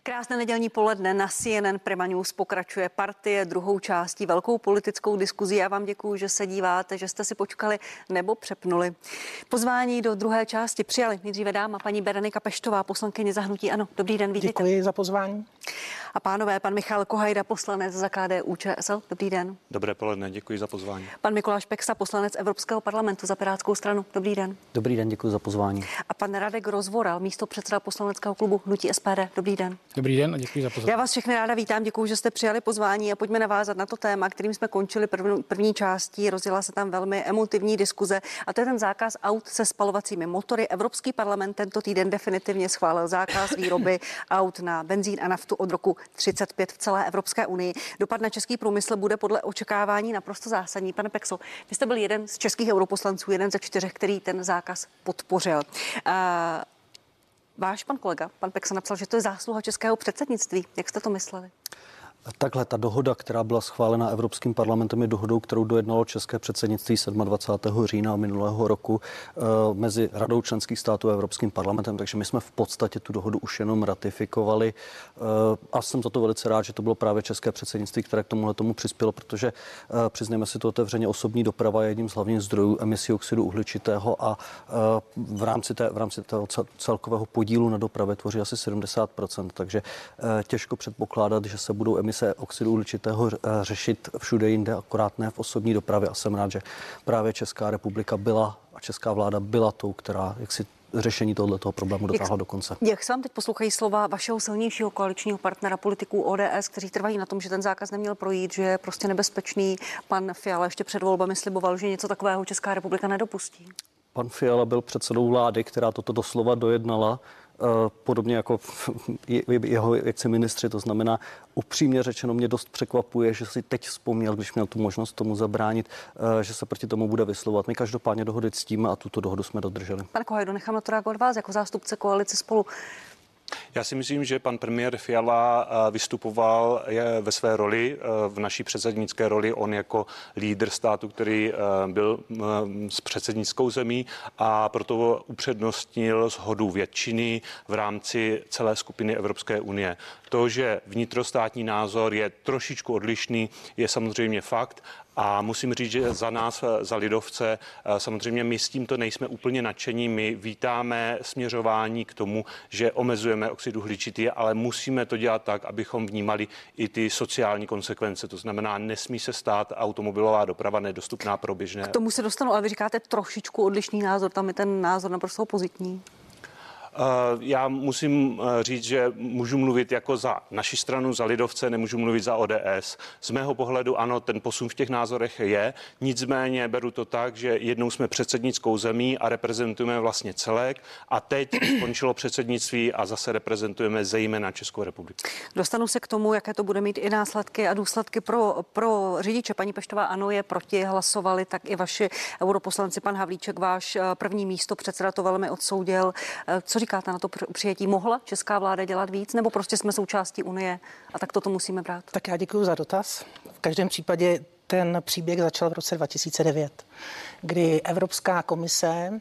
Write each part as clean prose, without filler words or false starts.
Krásné nedělní poledne na CNN Prima News pokračuje Partie druhou částí velkou politickou diskuzí. Já vám děkuji, že se díváte, že jste si počkali nebo přepnuli. Pozvání do druhé části přijali nejdříve dáma paní Berenika Peštová, poslankyně za hnutí ANO. Dobrý den, vítejte. Děkuji za pozvání. A pánové, pan Michal Kohajda, poslanec za KDU-ČSL. Dobrý den. Dobré poledne, děkuji za pozvání. Pan Mikuláš Peksa, poslanec Evropského parlamentu za Pirátskou stranu. Dobrý den. Dobrý den, děkuji za pozvání. A pan Radek Rozvoral, místopředseda poslaneckého klubu hnutí SPD. Dobrý den. Dobrý den a děkuji za pozvání. Já vás všechny ráda vítám, děkuji, že jste přijali pozvání a pojďme navázat na to téma, kterým jsme končili první částí. Rozjela se tam velmi emotivní diskuze a to je ten zákaz aut se spalovacími motory. Evropský parlament tento týden definitivně schválil zákaz výroby aut na benzín a naftu od roku 35 v celé Evropské unii. Dopad na český průmysl bude podle očekávání naprosto zásadní. Pane Pekso, vy jste byl jeden z českých europoslanců, jeden ze 4, který ten zákaz podpořil. Váš pan kolega, pan Peksa, napsal, že to je zásluha českého předsednictví. Jak jste to mysleli? Takhle, ta dohoda, která byla schválena Evropským parlamentem, je dohodou, kterou dojednalo české předsednictví 27. října minulého roku mezi Radou členských států a Evropským parlamentem, takže my jsme v podstatě tu dohodu už jenom ratifikovali a jsem za to velice rád, že to bylo právě české předsednictví, které k tomu přispělo, protože přiznejme si to otevřeně, osobní doprava je jedním z hlavních zdrojů emisí oxidu uhličitého a v rámci toho celkového podílu na dopravě tvoří asi 70%, takže těžko předpokládat, že se budou emise oxidu uhličitého řešit všude jinde, akorát ne v osobní dopravě. A jsem rád, že právě Česká republika byla a česká vláda byla tou, která jaksi řešení tohoto problému dotáhla do konce. Jak se vám teď poslouchají slova vašeho silnějšího koaličního partnera politiků ODS, kteří trvají na tom, že ten zákaz neměl projít, že je prostě nebezpečný? Pan Fiala ještě před volbami sliboval, že něco takového Česká republika nedopustí. Pan Fiala byl předsedou vlády, která toto doslova dojednala, podobně jako jeho ministři, to znamená, upřímně řečeno mě dost překvapuje, že si teď vzpomněl, když měl tu možnost tomu zabránit, že se proti tomu bude vyslovovat. My každopádně dohody ctíme a tuto dohodu jsme dodrželi. Pane Kohajdo, nechám na to reagovat vás jako zástupce koalice Spolu. Já si myslím, že pan premiér Fiala vystupoval ve své roli, v naší předsednické roli, on jako lídr státu, který byl s předsednickou zemí a proto upřednostnil shodu většiny v rámci celé skupiny Evropské unie. To, že vnitrostátní názor je trošičku odlišný, je samozřejmě fakt. A musím říct, že za nás, za lidovce, samozřejmě my s tímto nejsme úplně nadšení. My vítáme směřování k tomu, že omezujeme oxid uhličitý, ale musíme to dělat tak, abychom vnímali i ty sociální konsekvence. To znamená, nesmí se stát automobilová doprava nedostupná pro běžné. K tomu se dostanu, ale vy říkáte trošičku odlišný názor, tam je ten názor naprosto opozitní. Já musím říct, že můžu mluvit jako za naši stranu, za lidovce, nemůžu mluvit za ODS. Z mého pohledu ano, ten posun v těch názorech je, nicméně beru to tak, že jednou jsme předsednickou zemí a reprezentujeme vlastně celek a teď skončilo předsednictví a zase reprezentujeme zejména Českou republiku. Dostanu se k tomu, jaké to bude mít i následky a důsledky pro řidiče. Paní Peštová, ano, je proti, hlasovali, tak i vaši europoslanci, pan Havlíček, váš první místo předseda to velmi odsoudil. Co říkáte na to přijetí? Mohla česká vláda dělat víc, nebo prostě jsme součástí Unie a tak to musíme brát? Tak já děkuji za dotaz. V každém případě ten příběh začal v roce 2009, kdy Evropská komise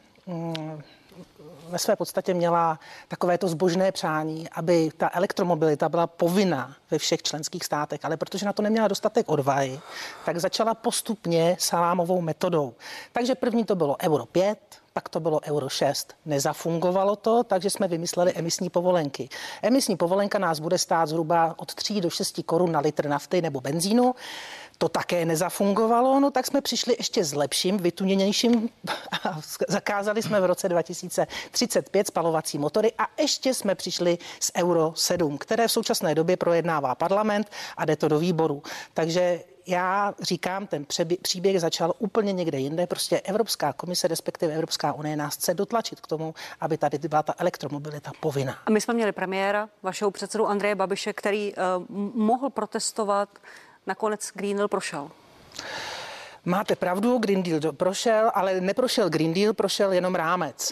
ve své podstatě měla takovéto zbožné přání, aby ta elektromobilita byla povinná ve všech členských státech, ale protože na to neměla dostatek odvahy, tak začala postupně salámovou metodou. Takže první to bylo Euro 5, pak to bylo Euro 6. Nezafungovalo to, takže jsme vymysleli emisní povolenky. Emisní povolenka nás bude stát zhruba od 3 do 6 korun na litr nafty nebo benzínu. To také nezafungovalo, no tak jsme přišli ještě s lepším, vytuněnějším a zakázali jsme v roce 2035 spalovací motory a ještě jsme přišli s Euro 7, které v současné době projednává parlament a jde to do výboru. Takže já říkám, ten příběh začal úplně někde jinde. Prostě Evropská komise, respektive Evropská unie nás chce dotlačit k tomu, aby tady byla ta elektromobilita povinná. A my jsme měli premiéra, vašeho předsedu Andreje Babiše, který mohl protestovat. Nakonec Green Deal prošel. Máte pravdu, Green Deal prošel, ale neprošel Green Deal, prošel jenom rámec.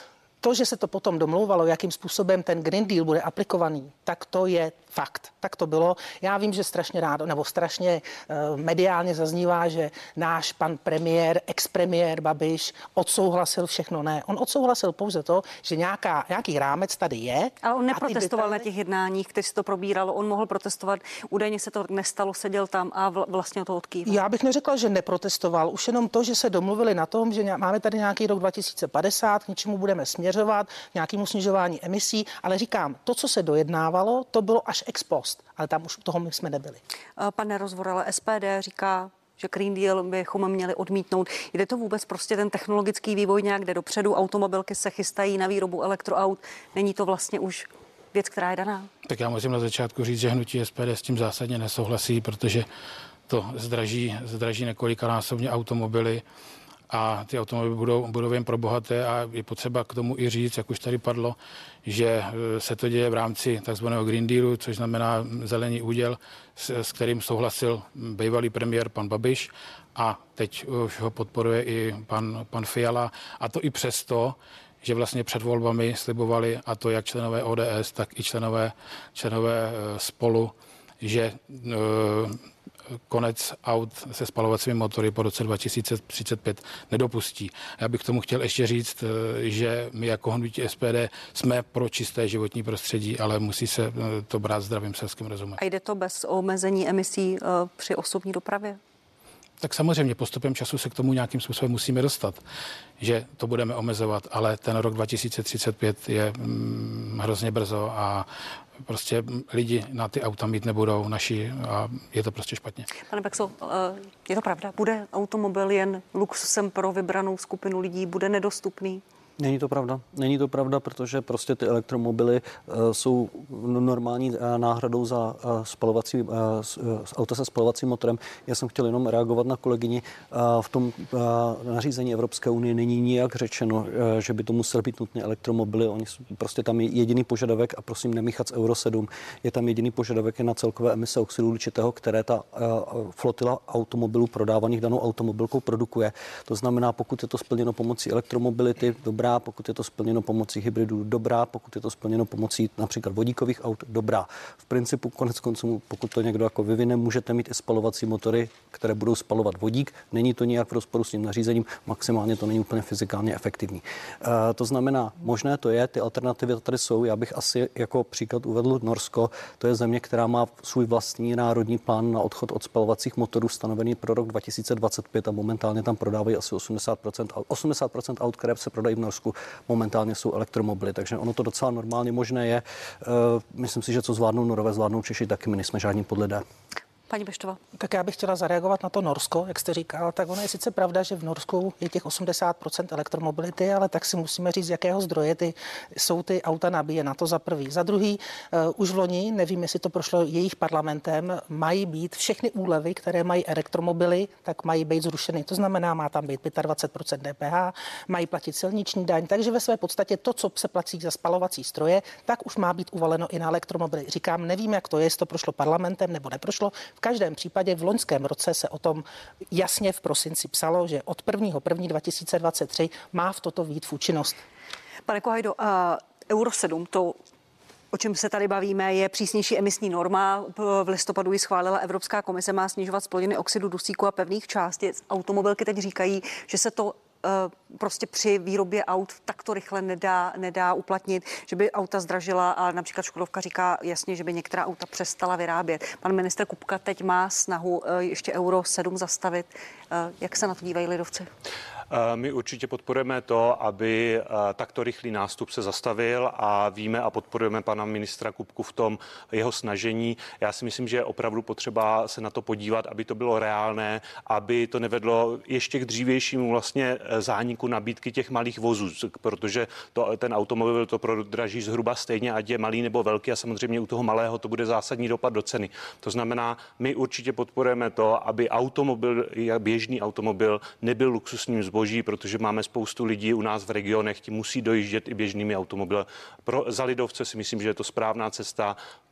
To, že se to potom domlouvalo, jakým způsobem ten Green Deal bude aplikovaný, tak to je fakt. Tak to bylo. Já vím, že strašně rádo, nebo strašně mediálně zaznívá, že náš pan premiér, ex-premiér Babiš odsouhlasil všechno. Ne, on odsouhlasil pouze to, že nějaký rámec tady je. Ale on neprotestoval na těch jednáních, když se to probíralo. On mohl protestovat, údajně se to nestalo, seděl tam a vlastně to odkýval. Já bych neřekla, že neprotestoval. Už jenom to, že se domluvili na tom, že máme tady nějaký rok 2050, k něčemu budeme směřovat, nějakému snižování emisí, ale říkám, to, co se dojednávalo, to bylo až ex post, ale tam už u toho my jsme nebyli. Pane Rozvorale, SPD říká, že Green Deal bychom měli odmítnout. Jde to vůbec prostě ten technologický vývoj nějak jde dopředu, automobilky se chystají na výrobu elektroaut, není to vlastně už věc, která je daná? Tak já musím na začátku říct, že hnutí SPD s tím zásadně nesouhlasí, protože to zdraží několikanásobně automobily a ty automobily budou jen pro bohaté a je potřeba k tomu i říct, jak už tady padlo, že se to děje v rámci takzvaného Green Dealu, což znamená zelený úděl, s kterým souhlasil bývalý premiér pan Babiš a teď už ho podporuje i pan Fiala, a to i přesto, že vlastně před volbami slibovali, a to jak členové ODS, tak i členové Spolu, že konec aut se spalovacími motory po roce 2035 nedopustí. Já bych k tomu chtěl ještě říct, že my jako hnutí SPD jsme pro čisté životní prostředí, ale musí se to brát zdravým selským rozumem. A jde to bez omezení emisí při osobní dopravě? Tak samozřejmě postupem času se k tomu nějakým způsobem musíme dostat, že to budeme omezovat, ale ten rok 2035 je hrozně brzo a prostě lidi na ty auta mít nebudou naši a je to prostě špatně. Pane Baxo, je to pravda? Bude automobil jen luxusem pro vybranou skupinu lidí? Bude nedostupný? Není to pravda. Není to pravda, protože prostě ty elektromobily jsou normální náhradou za auta se spalovacím motorem. Já jsem chtěl jenom reagovat na kolegyni. V tom nařízení Evropské unie není nijak řečeno, že by to musel být nutně elektromobily. Oni prostě tam je jediný požadavek, a prosím nemíchat z Euro 7, je tam jediný požadavek je na celkové emise oxidu uhličitého, které ta flotila automobilů prodávaných danou automobilkou produkuje. To znamená, pokud je to splněno pomocí elektromobility, dobrá, pokud je to splněno pomocí hybridů, dobrá, pokud je to splněno pomocí například vodíkových aut, dobrá. V principu konec konců, pokud to někdo jako vyvine, můžete mít i spalovací motory, které budou spalovat vodík. Není to nijak v rozporu s tím nařízením, maximálně to není úplně fyzikálně efektivní. To znamená, možné to je, ty alternativy tady jsou. Já bych asi jako příklad uvedl Norsko. To je země, která má svůj vlastní národní plán na odchod od spalovacích motorů stanovený pro rok 2025 a momentálně tam prodávají asi 80% aut, které se prodají v Norsku, momentálně jsou elektromobily, takže ono to docela normálně možné je. Myslím si, že co zvládnou Norové, zvládnou Češi, taky my nejsme žádní podlidé. Paní Beštová. Tak já bych chtěla zareagovat na to Norsko, jak jste říkal. Tak ono je sice pravda, že v Norsku je těch 80% elektromobility, ale tak si musíme říct, z jakého zdroje jsou ty auta nabíjena. To za prvý. Za druhý, už v loni, nevím, jestli to prošlo jejich parlamentem, mají být všechny úlevy, které mají elektromobily, tak mají být zrušeny. To znamená, má tam být 25% DPH, mají platit silniční daň, takže ve své podstatě to, co se platí za spalovací stroje, tak už má být uvaleno i na elektromobily. Říkám, nevím, jak to je, jestli to prošlo parlamentem nebo neprošlo. V každém případě v loňském roce se o tom jasně v prosinci psalo, že od 1.1.2023 má v toto vít v účinnost. Pane Kohajdo, Euro 7, to, o čem se tady bavíme, je přísnější emisní norma. V listopadu ji schválila Evropská komise, má snižovat splodiny oxidu dusíku a pevných částic. Automobilky teď říkají, že se to prostě při výrobě aut takto rychle nedá uplatnit, že by auta zdražila a například Škodovka říká jasně, že by některá auta přestala vyrábět. Pan ministr Kupka teď má snahu ještě Euro 7 zastavit. Jak se na to dívají lidovci? My určitě podporujeme to, aby takto rychlý nástup se zastavil a víme a podporujeme pana ministra Kupku v tom jeho snažení. Já si myslím, že je opravdu potřeba se na to podívat, aby to bylo reálné, aby to nevedlo ještě k dřívějšímu vlastně zániku nabídky těch malých vozů, protože ten automobil to prodraží zhruba stejně, ať je malý nebo velký a samozřejmě u toho malého to bude zásadní dopad do ceny. To znamená, my určitě podporujeme to, aby automobil, běžný automobil nebyl luxusním zboží, protože máme spoustu lidí u nás v regionech, ti musí dojíždět i běžnými automobily. Za lidovce si myslím, že je to správná cesta.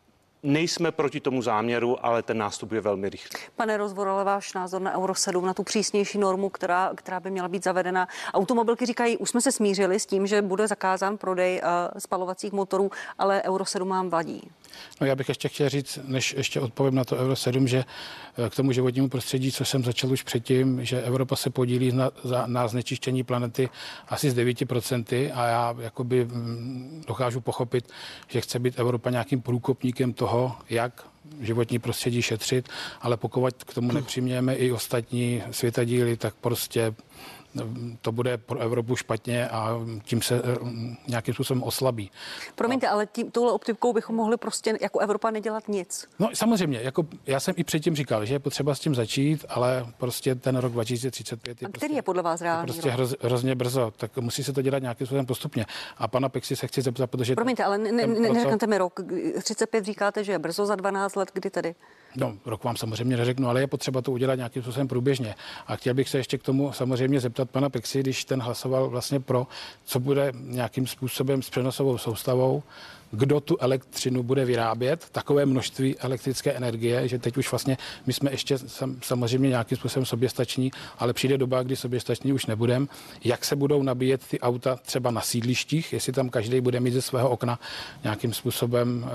nejsme proti tomu záměru, ale ten nástup je velmi rychlý. Pane Rozvorale, váš názor na Euro 7, na tu přísnější normu, která by měla být zavedena. Automobilky říkají, už jsme se smířili s tím, že bude zakázán prodej spalovacích motorů, ale Euro 7 nám vadí. No, já bych ještě chtěl říct, než ještě odpovím na to Euro 7, že k tomu životnímu prostředí, co jsem začal už předtím, že Evropa se podílí na znečištění planety asi z 9% a já jakoby dokážu pochopit, že chce být Evropa nějakým průkopníkem toho, jak životní prostředí šetřit, ale pokud k tomu nepřimějeme i ostatní světadíly, tak prostě to bude pro Evropu špatně a tím se nějakým způsobem oslabí. Promiňte, ale touhle optikou bychom mohli prostě jako Evropa nedělat nic. No samozřejmě, jako já jsem i předtím říkal, že je potřeba s tím začít, ale prostě ten rok 2035 je, a který je podle vás reálný prostě rok? hrozně brzo, tak musí se to dělat nějakým způsobem postupně. A pana Pexy se chci zeptat, protože... Promiňte, ale neřeknete mi rok. 35 říkáte, že je brzo, za 12 let, kdy tedy? No, rok vám samozřejmě neřeknu, ale je potřeba to udělat nějakým způsobem průběžně. A chtěl bych se ještě k tomu samozřejmě zeptat pana Pexy, když ten hlasoval vlastně pro, co bude nějakým způsobem s přenosovou soustavou, kdo tu elektřinu bude vyrábět, takové množství elektrické energie, že teď už vlastně my jsme ještě samozřejmě nějakým způsobem soběstační, ale přijde doba, kdy soběstační už nebudeme. Jak se budou nabíjet ty auta třeba na sídlištích, jestli tam každý bude mít ze svého okna nějakým způsobem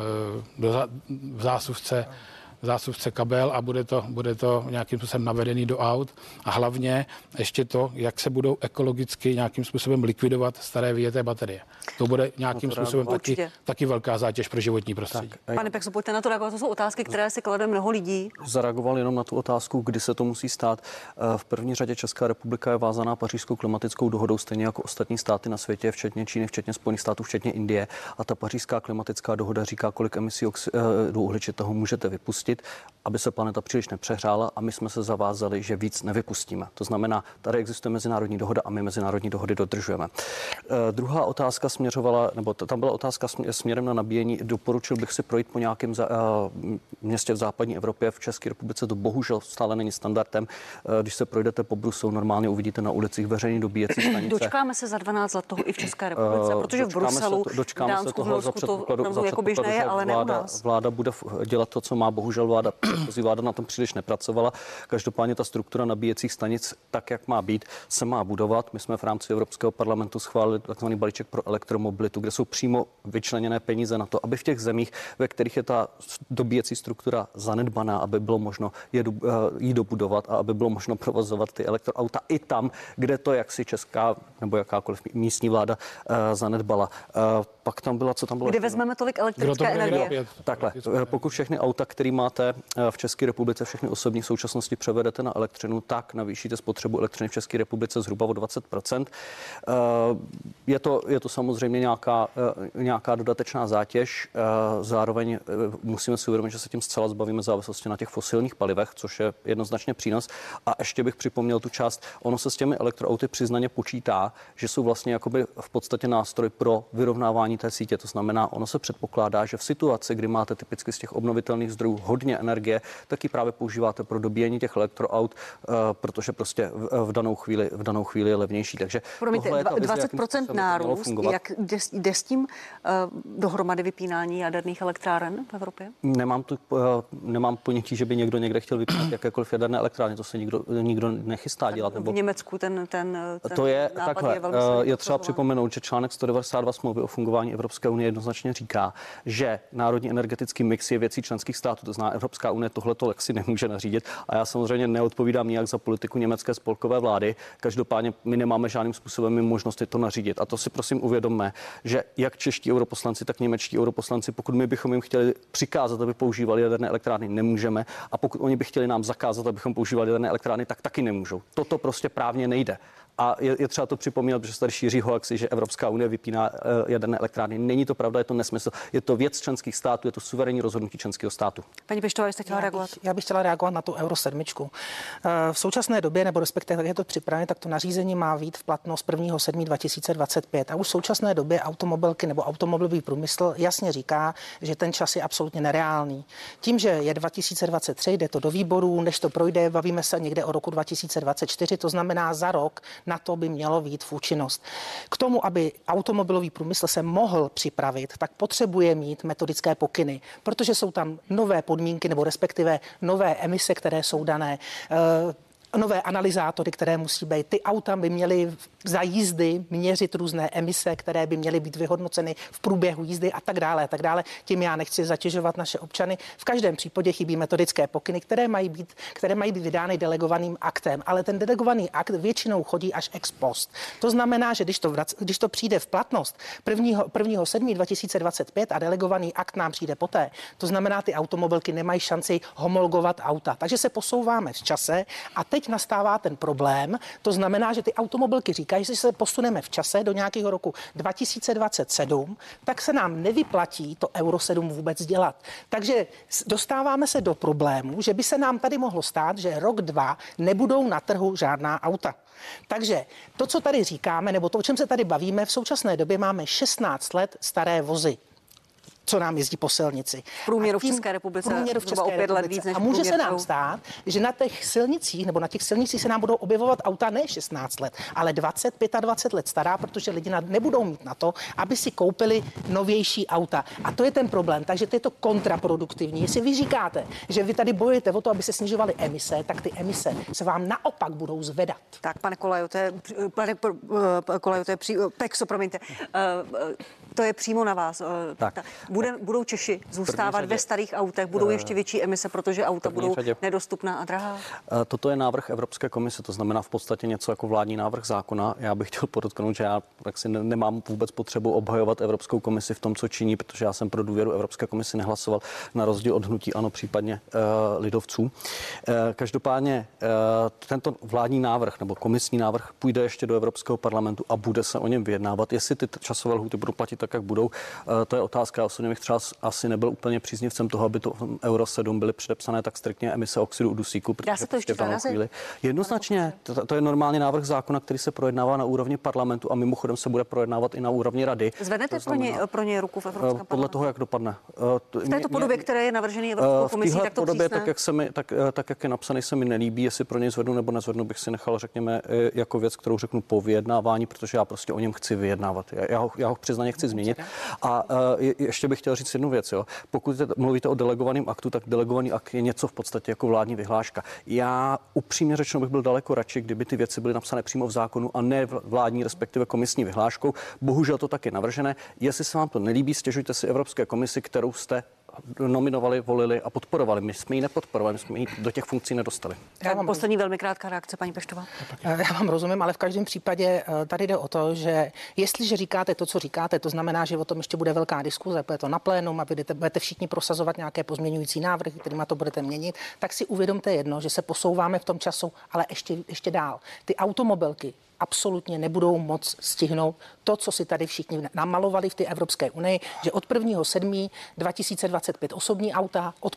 v zásuvce kabel a bude to nějakým způsobem navedený do aut. A hlavně ještě to, jak se budou ekologicky nějakým způsobem likvidovat staré vyjeté baterie. To bude nějakým způsobem taky velká zátěž pro životní prostředí. Pane Pexo, pojďte na to reagovat. To jsou otázky, které si klade mnoho lidí. Zareagoval jenom na tu otázku, kdy se to musí stát. V první řadě Česká republika je vázaná Pařížskou klimatickou dohodou, stejně jako ostatní státy na světě, včetně Číny, včetně Spojených států, včetně Indie. A ta Pařížská klimatická dohoda říká, kolik emisí do uhličitého můžete vypustit, aby se planeta příliš nepřehrála, a my jsme se zavázali, že víc nevypustíme. To znamená, tady existuje mezinárodní dohoda a my mezinárodní dohody dodržujeme. Druhá otázka směřovala, nebo tam byla otázka směrem na nabíjení. Doporučil bych si projít po nějakém městě v západní Evropě. V České republice to bohužel stále není standardem. Když se projdete po Bruselu, normálně uvidíte na ulicích veřejný dobíjecí stanice. Dočkáme se za 12 let toho i v České republice, protože v Bruselu, v Dánsku, v Norsku to jako běžné je, ale ne u nás. Vláda bude dělat to, co má. Bohužel předchozí vláda na tom příliš nepracovala. Každopádně ta struktura nabíjecích stanic, tak jak má být, se má budovat. My jsme v rámci Evropského parlamentu schválili takzvaný balíček pro elektromobilitu, kde jsou přímo vyčleněné peníze na to, aby v těch zemích, ve kterých je ta dobíjecí struktura zanedbaná, aby bylo možno ji dobudovat a aby bylo možno provozovat ty elektroauta i tam, kde to jaksi česká nebo jakákoliv místní vláda zanedbala. Pak tam byla, co tam bylo? Kdy vezmeme tolik elektrické energie? Takhle, pokud všechny auta, které máte v České republice, všechny osobní v současnosti převedete na elektřinu, tak navýšíte spotřebu elektřiny v České republice zhruba o 20%. Je to samozřejmě nějaká dodatečná zátěž. Zároveň musíme si uvědomit, že se tím zcela zbavíme závislosti na těch fosilních palivech, což je jednoznačně přínos. A ještě bych připomněl tu část, ono se s těmi elektroauty přiznaně počítá, že jsou vlastně jakoby v podstatě nástroj pro vyrovnávání té sítě. To znamená, ono se předpokládá, že v situaci, kdy máte typicky z těch obnovitelných zdrojů hodně energie, tak ji právě používáte pro dobíjení těch elektroaut, protože prostě v danou chvíli je levnější. Takže promiňte, 20% nárůst, jak jde s tím dohromady vypínání jaderných elektráren v Evropě? Nemám ponětí, že by někdo někde chtěl vypínat jakékoliv jaderné elektrárny. To se nikdo nechystá dělat. V Německu ten to je nápad takhle. je velmi silně je třeba připomenout, že článek 192 smlouvy o fungování Evropské unie jednoznačně říká, že národní energetický mix je věcí členských států. To znamená, Evropská unie tohleto si nemůže nařídit. A já samozřejmě neodpovídám nijak za politiku německé spolkové vlády. Každopádně my nemáme žádným způsobem možnosti to nařídit. A to si prosím uvědomme, že jak čeští europoslanci, tak němečtí europoslanci, pokud my bychom jim chtěli přikázat, aby používali jaderné elektrárny, nemůžeme. A pokud oni by chtěli nám zakázat, abychom používali jaderné elektrárny, tak taky nemůžou. Toto prostě právně nejde. A je třeba to připomínat, protože se tady šíří hoaxy, že Evropská unie vypíná jaderné elektrárny. Není to pravda, je to nesmysl. Je to věc členských států, je to suverénní rozhodnutí členského státu. Paní Peštová, jste chtěla reagovat? Já bych chtěla reagovat na tu Euro 7. V současné době, nebo respektive, jak je to připravené, tak to nařízení má vít v platnost 1.7.2025. A už v současné době automobilky nebo automobilový průmysl jasně říká, že ten čas je absolutně nereálný. Tím, že je 2023, jde to do výborů, než to projde, bavíme se někde o roku 2024, to znamená za rok na to by mělo vít v účinnost. K tomu, aby automobilový průmysl se mohl připravit, tak potřebuje mít metodické pokyny, protože jsou tam nové podmínky nebo respektive nové emise, které jsou dané, nové analyzátory, které musí být. Ty auta by měly za jízdy měřit různé emise, které by měly být vyhodnoceny v průběhu jízdy a tak dále, a tak dále. Tím já nechci zatěžovat naše občany. V každém případě chybí metodické pokyny, které mají být vydány delegovaným aktem, ale ten delegovaný akt většinou chodí až ex post. To znamená, že když to přijde v platnost 1.7.2025 a delegovaný akt nám přijde poté, to znamená, ty automobilky nemají šanci homologovat auta. Takže se posouváme v čase a teď nastává ten problém. To znamená, že ty automobilky říkají, že se posuneme v čase do nějakého roku 2027, tak se nám nevyplatí to Euro 7 vůbec dělat. Takže dostáváme se do problému, že by se nám tady mohlo stát, že rok, 2 nebudou na trhu žádná auta. Takže to, co tady říkáme, nebo to, o čem se tady bavíme, v současné době máme 16 let staré vozy, co nám jezdí po silnici. Průměru v České republice. O 5 let víc než a může se nám stát, že na těch silnicích se nám budou objevovat auta ne 16 let, ale 20, 25 let stará, protože lidi nebudou mít na to, aby si koupili novější auta. A to je ten problém. Takže to je to kontraproduktivní. Jestli vy říkáte, že vy tady bojujete o to, aby se snižovaly emise, tak ty emise se vám naopak budou zvedat. Tak, pane Kolajo, to je přímo na vás. Tak. Budou Češi zůstávat ve starých autech, budou ještě větší emise, protože auta budou nedostupná a drahá? Toto je návrh Evropské komise, to znamená v podstatě něco jako vládní návrh zákona. Já bych chtěl podotknout, že já si nemám vůbec potřebu obhajovat Evropskou komisi v tom, co činí, protože já jsem pro důvěru Evropské komisi nehlasoval, na rozdíl od hnutí ANO, případně lidovců. Každopádně tento vládní návrh nebo komisní návrh půjde ještě do Evropského parlamentu a bude se o něm vyjednávat. Jestli ty časové lhůty budou platit tak, jak budou, to je otázka. Osobně bych třeba asi nebyl úplně příznivcem toho, aby to Euro 7 byly předepsané tak striktně emise oxidu dusíku, protože dá se to ještě v danou chvíli. Jednoznačně, to je normální návrh zákona, který se projednává na úrovni parlamentu a mimochodem se bude projednávat i na úrovni rady. Zvednete pro ně ruku v Evropském parlamentu? Podle toho, jak dopadne. V této podobě, které je navržený Evropskou komisí, tak to podobě, přísné? tak jak je napsaný, se mi nelíbí, jestli pro něj zvednu nebo nezvednu, bych si nechal, řekněme, jako věc, kterou řeknu po vyjednávání, protože já prostě o něm chci vyjednávat. Já ho přiznaně chci změnit. A ještě bych chtěl říct jednu věc. Jo. Pokud mluvíte o delegovaném aktu, tak delegovaný akt je něco v podstatě jako vládní vyhláška. Já upřímně řečeno bych byl daleko radši, kdyby ty věci byly napsané přímo v zákonu a ne vládní, respektive komisní vyhláškou. Bohužel to tak je navržené. Jestli se vám to nelíbí, stěžujte si Evropské komisi, kterou jste nominovali, volili a podporovali. My jsme ji nepodporovali, my jsme ji do těch funkcí nedostali. Poslední velmi krátká reakce, paní Peštová. Já vám rozumím, ale v každém případě tady jde o to, že jestliže říkáte to, co říkáte, to znamená, že o tom ještě bude velká diskuze, bude to na plénum a budete všichni prosazovat nějaké pozměňující návrhy, kterými to budete měnit, tak si uvědomte jedno, že se posouváme v tom času, ale ještě dál. Ty automobilky absolutně nebudou moc stihnout to, co si tady všichni namalovali v té Evropské unii, že od 1.7.2025 osobní auta, od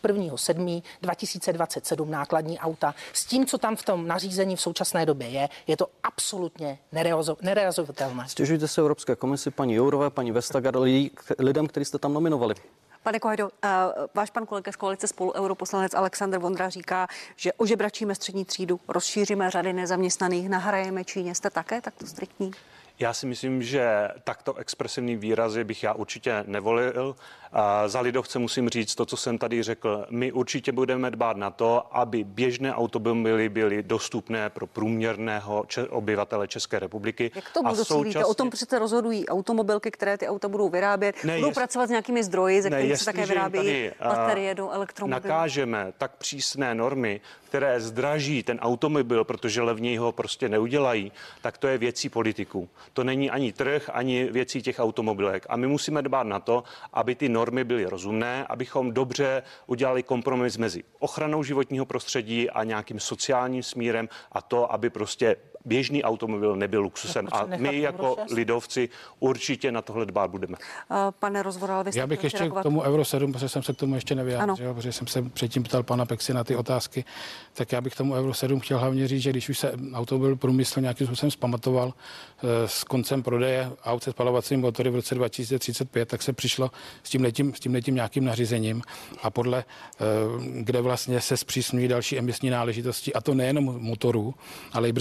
1.7.2027 nákladní auta. S tím, co tam v tom nařízení v současné době je to absolutně nerealizovatelné. Stěžujte se Evropské komisi, paní Jourové, paní Vestager, lidem, který jste tam nominovali. Pane Kohajdo, váš pan kolega z koalice Spolu europoslanec Alexandr Vondra říká, že ožebračíme střední třídu, rozšíříme řady nezaměstnaných, nahrajeme Číně. Jste také takto striktní? Já si myslím, že takto expresivní výrazy bych já určitě nevolil. Za lidovce musím říct to, co jsem tady řekl. My určitě budeme dbát na to, aby běžné automobily byly dostupné pro průměrného obyvatele České republiky. Jak to docílíte? O tom přece rozhodují automobilky, které ty auta budou vyrábět. Budou pracovat s nějakými zdroji, ze kterých se také vyrábějí baterie do elektromobilů. Nakážeme tak přísné normy, které zdraží ten automobil, protože levněji ho prostě neudělají, tak to je věcí politiků. To není ani trh, ani věcí těch automobilek. A my musíme dbát na to, aby ty normy byly rozumné, abychom dobře udělali kompromis mezi ochranou životního prostředí a nějakým sociálním smírem a to, aby prostě běžný automobil nebyl luxusem. A my jako lidovci určitě na tohle dbát budeme. Pane Rozvoral, vy jste já bych ještě k tomu Euro 7, protože jsem se k tomu ještě nevyjádřil, protože jsem se předtím ptal pana Peksy na ty otázky, tak já bych tomu Euro 7 chtěl hlavně říct, že když už se automobil průmysl nějakým způsobem zpamatoval s koncem prodeje aut se spalovacími motory v roce 2035, tak se přišlo s tímhletím nějakým nařízením a podle, kde vlastně se zpřísňují další emisní náležitosti, a to nejenom motorů, ale i brzdových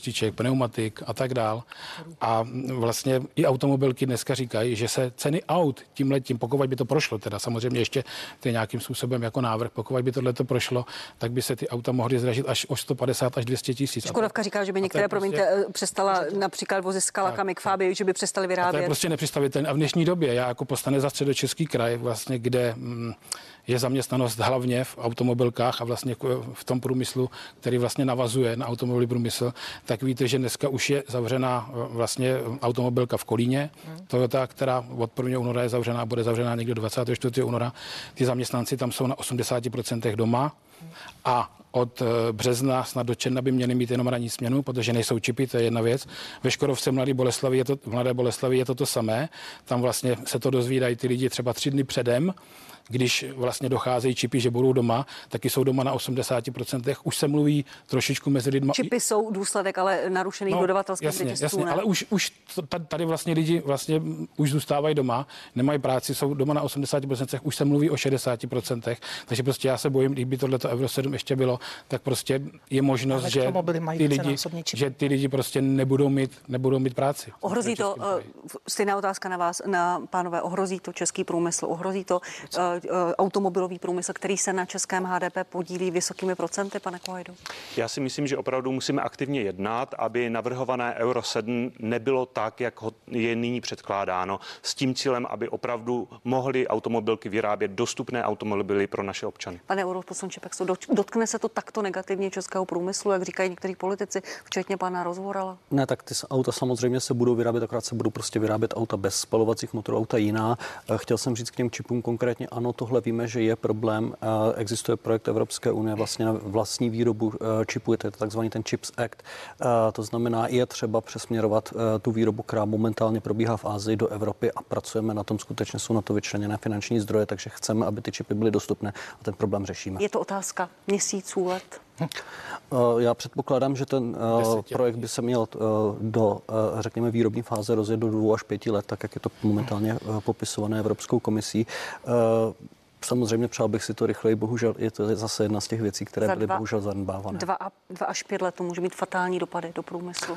čističek, pneumatik a tak dál. A vlastně i automobilky dneska říkají, že se ceny aut tímhletím, pokud by to prošlo, teda samozřejmě ještě to je nějakým způsobem jako návrh, pokud by tohleto prošlo, tak by se ty auta mohly zdražit až o 150 až 200 tisíc. Škodovka říká, že by některé, promiňte, přestala například vozy s kalakami k Fábii, že by přestali vyrábět. A to je prostě nepředstavitelné. A v dnešní době, já jako poslanec za Středočeský kraj, vlastně, kde je zaměstnanost hlavně v automobilkách a vlastně v tom průmyslu, který vlastně navazuje na automobilový průmysl, tak víte, že dneska už je zavřená vlastně automobilka v Kolíně. Toyota, která od 1. února je zavřená, bude zavřená někdo 24. února. Ty zaměstnanci tam jsou na 80% doma a od března snad do června by měli mít jenom ranní směnu, protože nejsou čipy, to je jedna věc. Ve Škodovce v Mladé Boleslavi je to samé. Tam vlastně se to dozvídají ty lidi třeba 3 dny předem, když vlastně docházejí čipy, že budou doma, taky jsou doma na 80%. Už se mluví trošičku mezi lidma. Čipy jsou důsledek, ale narušených dodavatelských řetězců. Jasně, ale už tady vlastně lidi vlastně už zůstávají doma, nemají práci, jsou doma na 80%, už se mluví o 60%, takže prostě já se bojím, kdyby tohleto Euro 7 ještě bylo, tak prostě je možnost, že ty lidi prostě nebudou mít práci. Ohrozí to, stejná otázka na vás, na pánové, ohrozí to český průmysl, ohrozí to automobilový průmysl, který se na českém HDP podílí vysokými procenty, pane Kohajdo? Já si myslím, že opravdu musíme aktivně jednat, aby navrhované Euro 7 nebylo tak, jak je nyní předkládáno, s tím cílem, aby opravdu mohly automobilky vyrábět dostupné automobily pro naše občany. Pane europoslanče Pexo, dotkne se to takto negativně českého průmyslu, jak říkají někteří politici, včetně pana Rozvorala? Ne, tak ty auta samozřejmě se budou vyrábět, akorát se budou prostě vyrábět auta bez spalovacích motorů, auta jiná. Chtěl jsem říct k těm čipům konkrétně, ano, tohle víme, že je problém. Existuje projekt Evropské unie vlastně na vlastní výrobu čipů, je to takzvaný ten Chips Act. To znamená, je třeba přesměrovat tu výrobu, která momentálně probíhá v Asii, do Evropy a pracujeme na tom, skutečně jsou na to vyčleněné finanční zdroje, takže chceme, aby ty čipy byly dostupné a ten problém řešíme. Je to otázka měsíců, let? Já předpokládám, že ten projekt by se měl do, řekněme, výrobní fáze rozjet do 2 až 5 let, tak jak je to momentálně popisované Evropskou komisí. Samozřejmě přál bych si to rychleji, bohužel je to zase jedna z těch věcí, které byly bohužel zanedbávané. 2 až 5 let to může mít fatální dopady do průmyslu.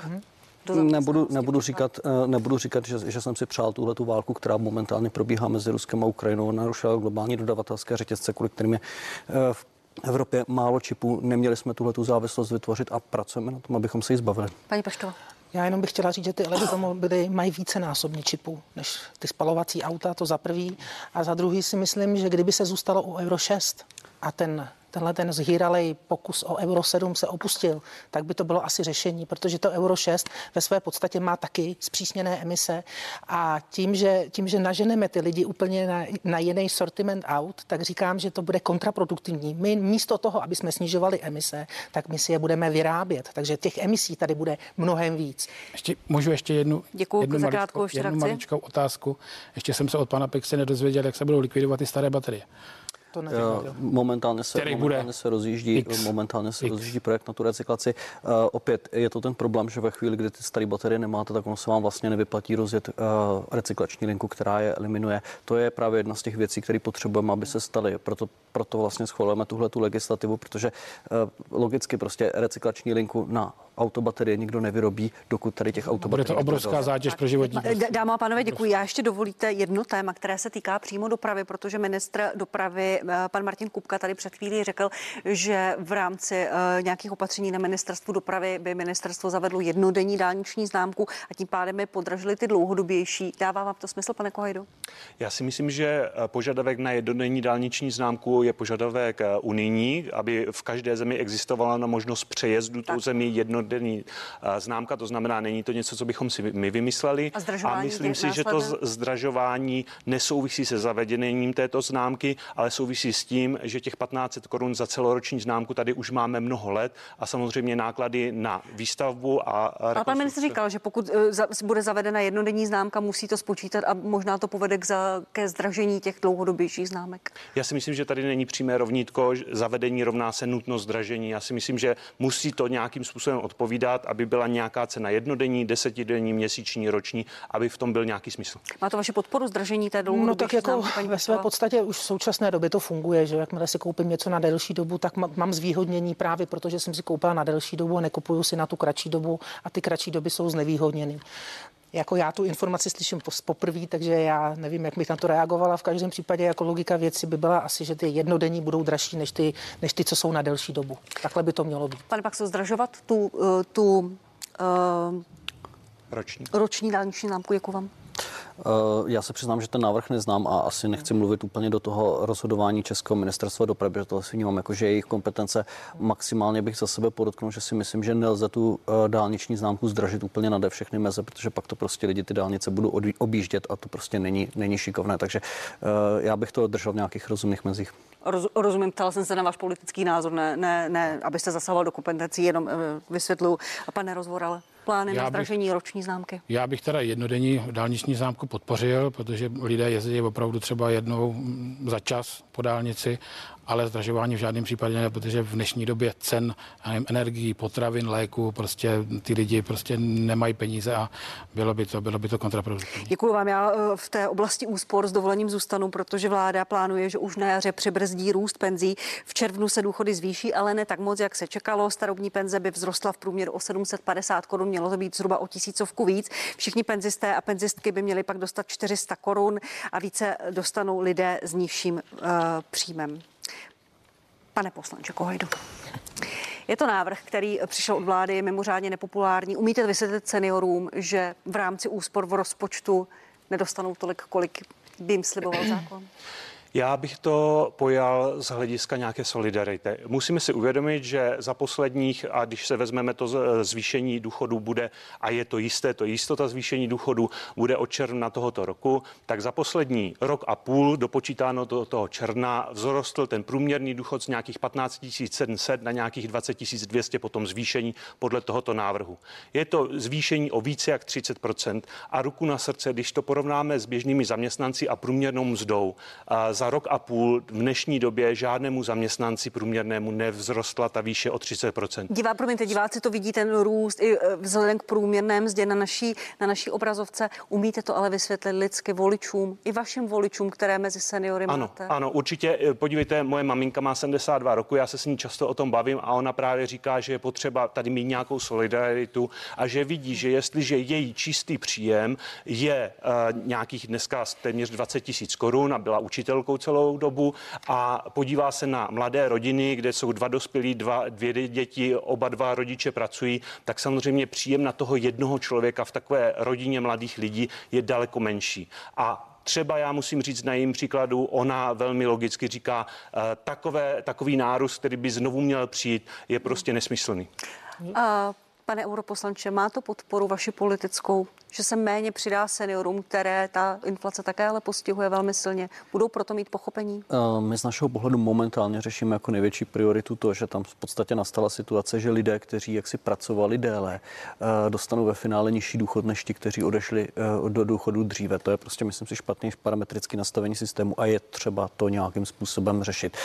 Nebudu říkat, že jsem si přál tuhletu válku, která momentálně probíhá mezi Ruskem a Ukrajinou, narušila globální dodavatelské řetězce, kvůli kterým je v Evropě málo čipů. Neměli jsme tuhletu závislost vytvořit a pracujeme na tom, abychom se jí zbavili. Paní Peštová. Já jenom bych chtěla říct, že ty elektromobily mají vícenásobně čipů než ty spalovací auta, to za prvý. A za druhý si myslím, že kdyby se zůstalo u Euro 6 a tenhle zhýralej pokus o Euro 7 se opustil, tak by to bylo asi řešení, protože to Euro 6 ve své podstatě má taky zpřísněné emise a tím, že naženeme ty lidi úplně na jiný sortiment aut, tak říkám, že to bude kontraproduktivní. My místo toho, aby jsme snižovali emise, tak my si je budeme vyrábět. Takže těch emisí tady bude mnohem víc. Můžu ještě jednu maličkou otázku. Ještě jsem se od pana Pexe nedozvěděl, jak se budou likvidovat ty staré baterie. Momentálně se rozjíždí projekt na tu recyklaci. Opět je to ten problém, že ve chvíli, kdy ty staré baterie nemáte, tak ono se vám vlastně nevyplatí rozjet recyklační linku, která je eliminuje. To je právě jedna z těch věcí, které potřebujeme, aby se staly. Proto vlastně schvalujeme tuhletu legislativu, protože logicky prostě recyklační linku na autobaterie nikdo nevyrobí, dokud tady těch autobaterií. Bude to obrovská zátěž pro životní prostředí. Dámy a pánové, děkuji. Já ještě dovolíte jedno téma, které se týká přímo dopravy, protože ministr dopravy pan Martin Kupka tady před chvílí řekl, že v rámci nějakých opatření na ministerstvu dopravy by ministerstvo zavedlo jednodenní dálniční známku a tím pádem by podražily ty dlouhodobější. Dává vám to smysl, pane Kohajdo? Já si myslím, že požadavek na jednodenní dálniční známku je požadavek unijní, aby v každé zemi existovala na možnost přejezdu tou zemi jednodenní známka, to znamená, není to něco, co bychom si my vymysleli. A myslím si, že to zdražování nesouvisí se zavedením této známky, ale souvisí s tím, že těch 1500 korun za celoroční známku tady už máme mnoho let a samozřejmě náklady na výstavbu a ale pan ministr říkal, že pokud bude zavedena jednodenní známka, musí to spočítat a možná to povede ke zdražení těch dlouhodobějších známek. Já si myslím, že tady není přímé rovnítko, zavedení rovná se nutnost zdražení. Já si myslím, že musí to nějakým způsobem odpovídat, aby byla nějaká cena jednodenní, desetidenní, měsíční, roční, aby v tom byl nějaký smysl. Má to vaši podporu zdražení té dlouhodobější No tak jako známky, paní ve své Peštová? podstatě už v současné době to funguje, že jakmile si koupím něco na delší dobu, tak mám zvýhodnění právě protože jsem si koupila na delší dobu a nekupuju si na tu kratší dobu a ty kratší doby jsou znevýhodněny. Jako já tu informaci slyším poprvé, takže já nevím, jak bych na to reagovala. V každém případě jako logika věci by byla asi, že ty jednodenní budou dražší než ty, co jsou na delší dobu. Takhle by to mělo být. Pane Baxo, zdražovat tu roční dálniční známku, děkuji vám. Já se přiznám, že ten návrh neznám a asi nechci mluvit úplně do toho rozhodování Českého ministerstva dopravy, protože to si vnímám jako, že jejich kompetence. Maximálně bych za sebe podotknul, že si myslím, že nelze tu dálniční známku zdražit úplně nade všechny meze, protože pak to prostě lidi ty dálnice budou objíždět a to prostě není šikovné. Takže já bych to držel v nějakých rozumných mezích. Rozumím, ptala jsem se na váš politický názor, ne abyste zasahoval do kompetencí, jenom vysvětluji. A pane Rozvoral, plány na zdražení roční známky? Já bych teda jednodenní dálniční známku podpořil, protože lidé jezdí opravdu třeba jednou za čas po dálnici, ale zdražování v žádném případě ne, protože v dnešní době cen energií, potravin, léku, prostě ty lidi prostě nemají peníze a bylo by to kontraproduktivní. Děkuji vám. Já v té oblasti úspor s dovolením zůstanu, protože vláda plánuje, že už na jaře přibrzdí růst penzí. V červnu se důchody zvýší, ale ne tak moc, jak se čekalo. Starobní penze by vzrostla v průměru o 750 korun, mělo to být zhruba o 1000 víc. Všichni penzisté a penzistky by měli pak dostat 400 korun a více dostanou lidé s nižším příjmem. Pane poslanče Kohajdo. Je to návrh, který přišel od vlády, je mimořádně nepopulární. Umíte vysvětlit seniorům, že v rámci úspor v rozpočtu nedostanou tolik, kolik by jim sliboval zákon? Já bych to pojal z hlediska nějaké solidarity. Musíme si uvědomit, že za posledních, a když se vezmeme to zvýšení důchodů bude, a je to jisté, to jistota zvýšení důchodů bude od června tohoto roku, tak za poslední rok a půl dopočítáno do toho června vzrostl ten průměrný důchod z nějakých 15 700 na nějakých 20 200 potom zvýšení podle tohoto návrhu. Je to zvýšení o více jak 30% a ruku na srdce, když to porovnáme s běžnými zaměstnanci a průměrnou mzdou, za rok a půl v dnešní době žádnému zaměstnanci průměrnému nevzrostla ta výše o 30%. Diváci to vidí ten růst i vzhledem k průměrné mzdě na naší obrazovce. Umíte to ale vysvětlit lidsky voličům, i vašim voličům, které mezi seniory máte? Ano, určitě. Podívejte, moje maminka má 72 roku, já se s ní často o tom bavím a ona právě říká, že je potřeba tady mít nějakou solidaritu a že vidí, že jestliže její čistý příjem je nějakých dneska téměř 20 000 korun a byla učitelkou celou dobu a podívá se na mladé rodiny, kde jsou dva dospělí, dvě děti, oba dva rodiče pracují, tak samozřejmě příjem na toho jednoho člověka v takové rodině mladých lidí je daleko menší. A třeba já musím říct na jejím příkladu, ona velmi logicky říká, takový nárůst, který by znovu měl přijít, je prostě nesmyslný. Pane europoslanče, má to podporu vaši politickou, že se méně přidá seniorům, které ta inflace také ale postihuje velmi silně? Budou proto mít pochopení? My z našeho pohledu momentálně řešíme jako největší prioritu to, že tam v podstatě nastala situace, že lidé, kteří jaksi pracovali déle, dostanou ve finále nižší důchod než ti, kteří odešli do důchodu dříve. To je prostě, myslím si, špatný parametrický nastavení systému a je třeba to nějakým způsobem řešit.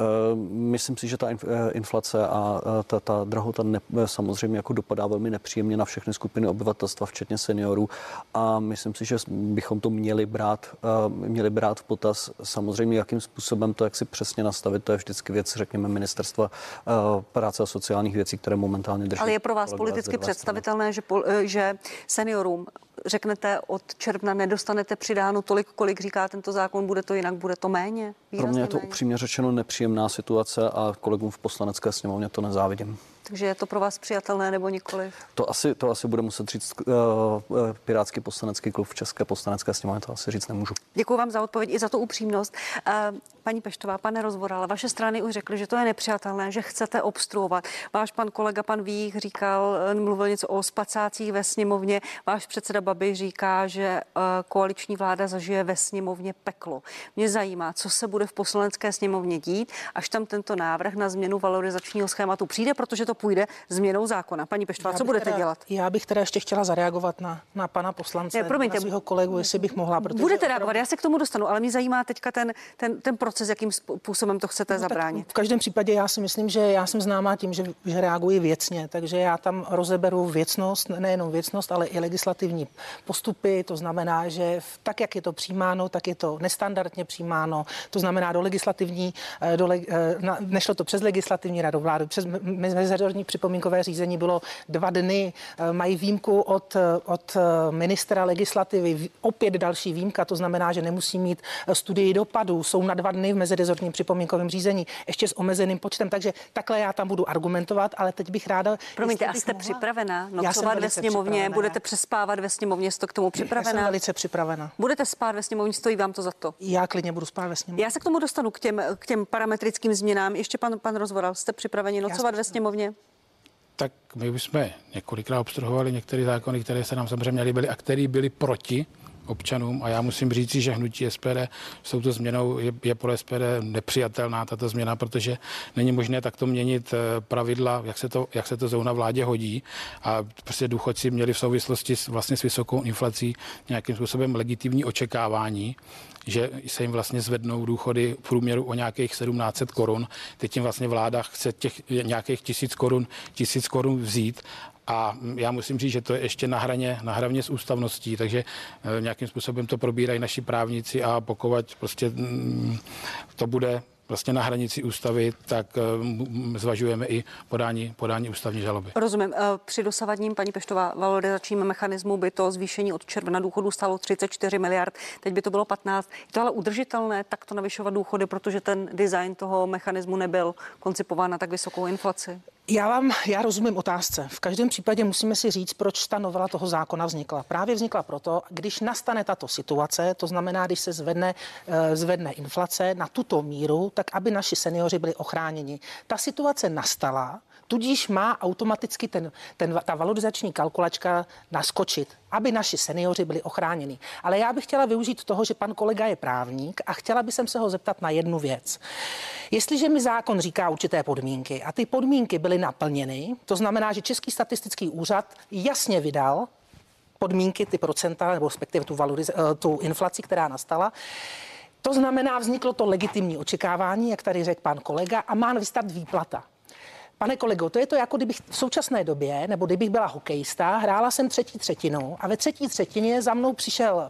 Myslím si, že ta inflace a ta drahota samozřejmě jako dopadá velmi nepříjemně na všechny skupiny obyvatelstva, včetně seniorů. A myslím si, že bychom to měli brát v potaz. Samozřejmě, jakým způsobem to, jak si přesně nastavit, to je vždycky věc, řekněme, Ministerstva práce a sociálních věcí, které momentálně drží. Ale je pro vás politicky představitelné, že seniorům řeknete od června nedostanete přidáno tolik, kolik říká tento zákon, bude to jinak, bude to méně? Pro mě je to upřímně řečeno nepříjemná situace a kolegům v Poslanecké sněmovně to nezávidím. Takže je to pro vás přijatelné nebo nikoliv? To asi bude muset říct Pirátský poslanecký klub v České Poslanecké sněmovně, to asi říct nemůžu. Děkuji vám za odpověď i za tu upřímnost. Paní Peštová, pane Rozvoral, vaše strany už řekly, že to je nepřijatelné, že chcete obstruovat. Váš pan kolega, pan Vích, mluvil něco o spacácích ve sněmovně. Váš předseda Babiš říká, že koaliční vláda zažije ve sněmovně peklo. Mě zajímá, co se bude v Poslanecké sněmovně dít, až tam tento návrh na změnu valorizačního schématu přijde, protože to půjde změnou zákona. Paní Peštová, co budete dělat? Já bych teda ještě chtěla zareagovat na pana poslance, na svého kolegu, jestli bych mohla. Budete reagovat, já se k tomu dostanu, ale mě zajímá teďka ten proces, jakým způsobem to chcete zabránit. V každém případě já si myslím, že já jsem známá tím, že reaguji věcně, takže já tam rozeberu věcnost, nejenom věcnost, ale i legislativní postupy. To znamená, že tak, jak je to přijímáno, tak je to nestandardně přijímáno. To znamená nešlo to přes legislativní radu vlády, přes mezinárodní připomínkové řízení bylo 2 dny. Mají výjimku od ministra legislativy. Opět další výjimka, to znamená, že nemusí mít studii dopadů. Jsou na 2 dny v mezirezortním připomínkovém řízení, ještě s omezeným počtem, takže takhle já tam budu argumentovat, ale teď bych ráda... Promiňte, a jste připravena nocovat ve sněmovně? Budete přespávat ve sněmovně? Jste k tomu připravena? Já jsem velice připravena. Budete spát ve sněmovně? Stojí vám to za to? Já klidně budu spát ve sněmovně. Já se k tomu dostanu, k těm parametrickým změnám. Ještě pan Rozvoral, jste připraveni nocovat ve sněmovně? Tak my už jsme několikrát obstruovali některé zákony, které se nám samozřejmě líbily a které byly proti občanům a já musím říct, že hnutí SPD s touto změnou je pro SPD nepřijatelná tato změna, protože není možné takto měnit pravidla, jak se to zrovna vládě hodí a prostě důchodci měli v souvislosti s vysokou inflací nějakým způsobem legitimní očekávání, že se jim vlastně zvednou důchody v průměru o nějakých 1700 korun. Teď jim vlastně vláda chce těch nějakých 1000 korun vzít. A já musím říct, že to je ještě na hraně s ústavností, takže nějakým způsobem to probírají naši právníci a pokud prostě to bude vlastně na hranici ústavy, tak zvažujeme i podání ústavní žaloby. Rozumím. Při dosavadním, paní Peštová, valorizačním mechanismu by to zvýšení od června důchodu stálo 34 miliard, teď by to bylo 15. Je to ale udržitelné takto navyšovat důchody, protože ten design toho mechanismu nebyl koncipován na tak vysokou inflaci? Já rozumím otázce. V každém případě musíme si říct, proč ta novela toho zákona vznikla. Právě vznikla proto, když nastane tato situace, to znamená, když se zvedne inflace na tuto míru, tak aby naši seniori byli ochráněni. Ta situace nastala, tudíž má automaticky ta valorizační kalkulačka naskočit, aby naši seniori byli ochráněni. Ale já bych chtěla využít toho, že pan kolega je právník a chtěla bych se ho zeptat na jednu věc. Jestliže mi zákon říká určité podmínky a ty podmínky byly naplněny, to znamená, že Český statistický úřad jasně vydal podmínky, ty procenta, nebo respektive tu inflaci, která nastala, to znamená, vzniklo to legitimní očekávání, jak tady řekl pan kolega, a má vystat výplata. Pane kolego, to je to, jako kdybych v současné době, nebo kdybych byla hokejista, hrála jsem 3. a ve 3. za mnou přišel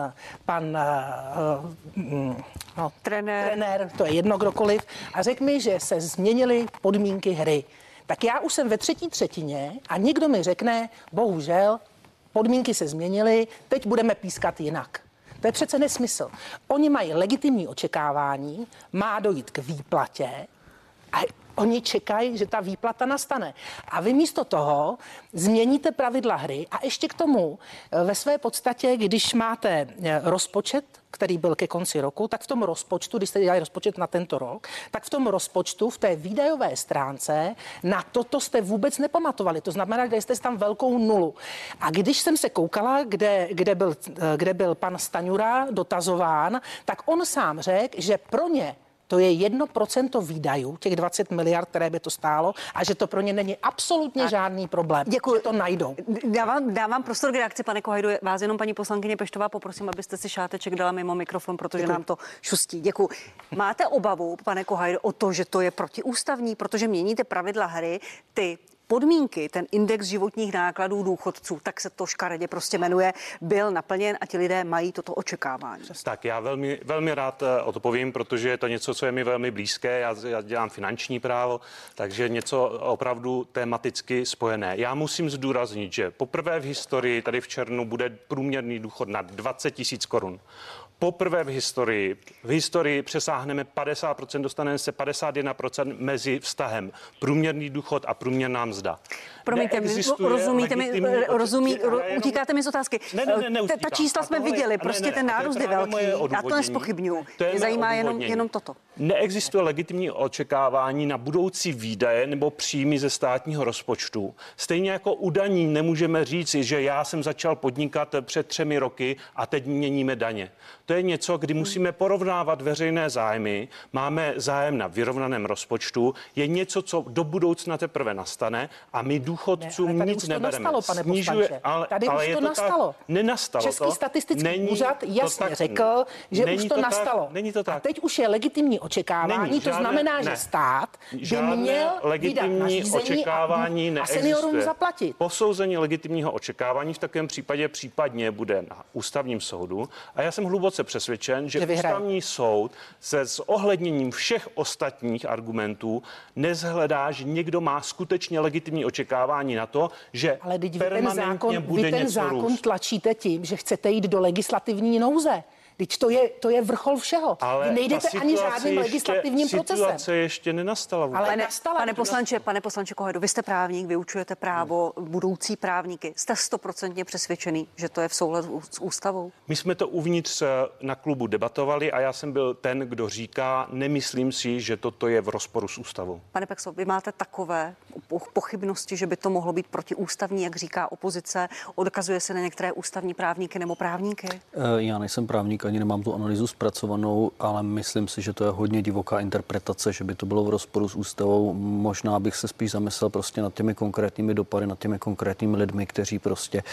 trenér, to je jedno kdokoliv, a řekl mi, že se změnily podmínky hry. Tak já už jsem ve 3. a někdo mi řekne, bohužel, podmínky se změnily, teď budeme pískat jinak. To je přece nesmysl. Oni mají legitimní očekávání, má dojít k výplatě a oni čekají, že ta výplata nastane. A vy místo toho změníte pravidla hry a ještě k tomu ve své podstatě, když máte rozpočet, který byl ke konci roku, tak v tom rozpočtu, když jste dělali rozpočet na tento rok, tak v tom rozpočtu, v té výdajové stránce, na toto jste vůbec nepamatovali. To znamená, že jste tam velkou nulu. A když jsem se koukala, kde byl pan Staňura dotazován, tak on sám řekl, že pro ně to je 1% výdajů, těch 20 miliard, které by to stálo, a že to pro ně není absolutně žádný problém. Děkuji. Že to najdou. Dávám prostor k reakci, pane Kohajdu. Vás jenom, paní poslankyně Peštová, poprosím, abyste si šáteček dala mimo mikrofon, protože nám to šustí. Děkuji. Máte obavu, pane Kohajdu, o to, že to je protiústavní, protože měníte pravidla hry, ty podmínky, ten index životních nákladů důchodců, tak se to škaredě prostě jmenuje, byl naplněn a ti lidé mají toto očekávání. Tak já velmi rád odpovím, protože je to něco, co je mi velmi blízké. Já dělám finanční právo, takže něco opravdu tematicky spojené. Já musím zdůraznit, že poprvé v historii tady v červnu bude průměrný důchod na 20 000 korun. Poprvé v historii přesáhneme 50%, dostaneme se 51% mezi vztahem průměrný důchod a průměrná mzda. Promiňte, utíkáte mi z otázky. Ta čísla jsme viděli, prostě ten nárůst je velký. Já to nezpochybňuji. Mě zajímá jenom toto. Neexistuje legitimní očekávání na budoucí výdaje nebo příjmy ze státního rozpočtu. Stejně jako u daní nemůžeme říct, že já jsem začal podnikat před 3 roky a teď měníme daně. To to je něco, kdy musíme porovnávat veřejné zájmy, máme zájem na vyrovnaném rozpočtu, je něco, co do budoucna teprve nastane a my důchodcům nic nebereme. Tady už to nastalo. Nenastalo Český to. statistický úřad jasně řekl, že už to nastalo. Není to tak. A teď už je legitimní očekávání, to znamená, že stát by měl vydat nařízení a seniorům zaplatit. Posouzení legitimního očekávání v takovém případě případně bude na ústavním soudu a já jsem hluboce přesvědčen, že ústavní soud se s ohledněním všech ostatních argumentů nezhledá, že někdo má skutečně legitimní očekávání na to, že ale permanentně bude ten něco zákon růst. tlačíte tím, že chcete jít do legislativní nouze. Teď to je vrchol všeho. Ale vy nejdete ani žádným legislativním procesem. Situace ještě nenastala vůbec. Ale Pane poslanče Kohajdo, vy jste právník, vyučujete právo, budoucí právníky. Jste 100% přesvědčený, že to je v souladu s ústavou? My jsme to uvnitř na klubu debatovali a já jsem byl ten, kdo říká, nemyslím si, že toto je v rozporu s ústavou. Pane Pexo, vy máte takové pochybnosti, že by to mohlo být protiústavní, jak říká opozice? Odkazuje se na některé ústavní právníky nebo právníky? Já nejsem právník, ani nemám tu analýzu zpracovanou, ale myslím si, že to je hodně divoká interpretace, že by to bylo v rozporu s ústavou. Možná bych se spíš zamyslel prostě nad těmi konkrétními dopady, nad těmi konkrétními lidmi, kteří prostě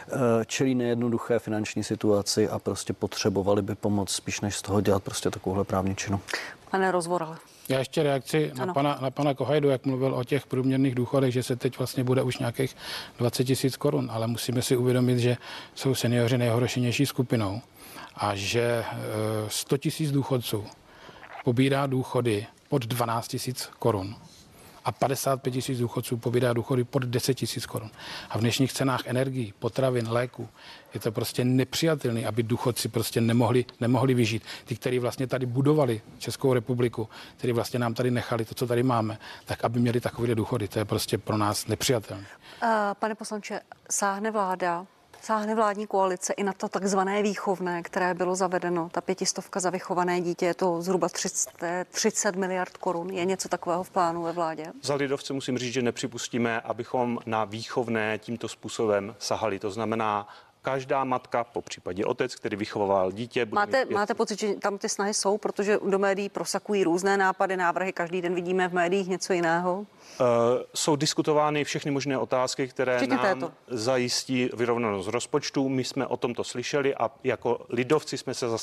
čelí nejednoduché finanční situaci a prostě potřebovali by pomoc spíš než z toho dělat prostě takovouhle právničinu. Pane Rozvoral. Já ještě reakci na pana Kohajdu, jak mluvil o těch průměrných důchodech, že se teď vlastně bude už nějakých 20 000 korun, ale musíme si uvědomit, že jsou seniori nejhoršenější skupinou a že 100 000 důchodců pobírá důchody pod 12 000 korun a 55 000 důchodců pobírá důchody pod 10 000 korun. A v dnešních cenách energií, potravin, léků je to prostě nepřijatelné, aby důchodci prostě nemohli vyžít. Ty, kteří vlastně tady budovali Českou republiku, kteří vlastně nám tady nechali to, co tady máme, tak aby měli takové důchody. To je prostě pro nás nepřijatelné. Pane poslanče, sáhne vládní koalice i na to takzvané výchovné, které bylo zavedeno, ta 500 za vychované dítě, je to zhruba 30 miliard korun. Je něco takového v plánu ve vládě? Za lidovce musím říct, že nepřipustíme, abychom na výchovné tímto způsobem sahali. To znamená, každá matka, po případě otec, který vychoval dítě. Máte pocit, že tam ty snahy jsou, protože do médií prosakují různé nápady, návrhy, každý den vidíme v médiích něco jiného? Jsou diskutovány všechny možné otázky, které zajistí vyrovnanost rozpočtu. My jsme o tomto slyšeli a jako lidovci jsme se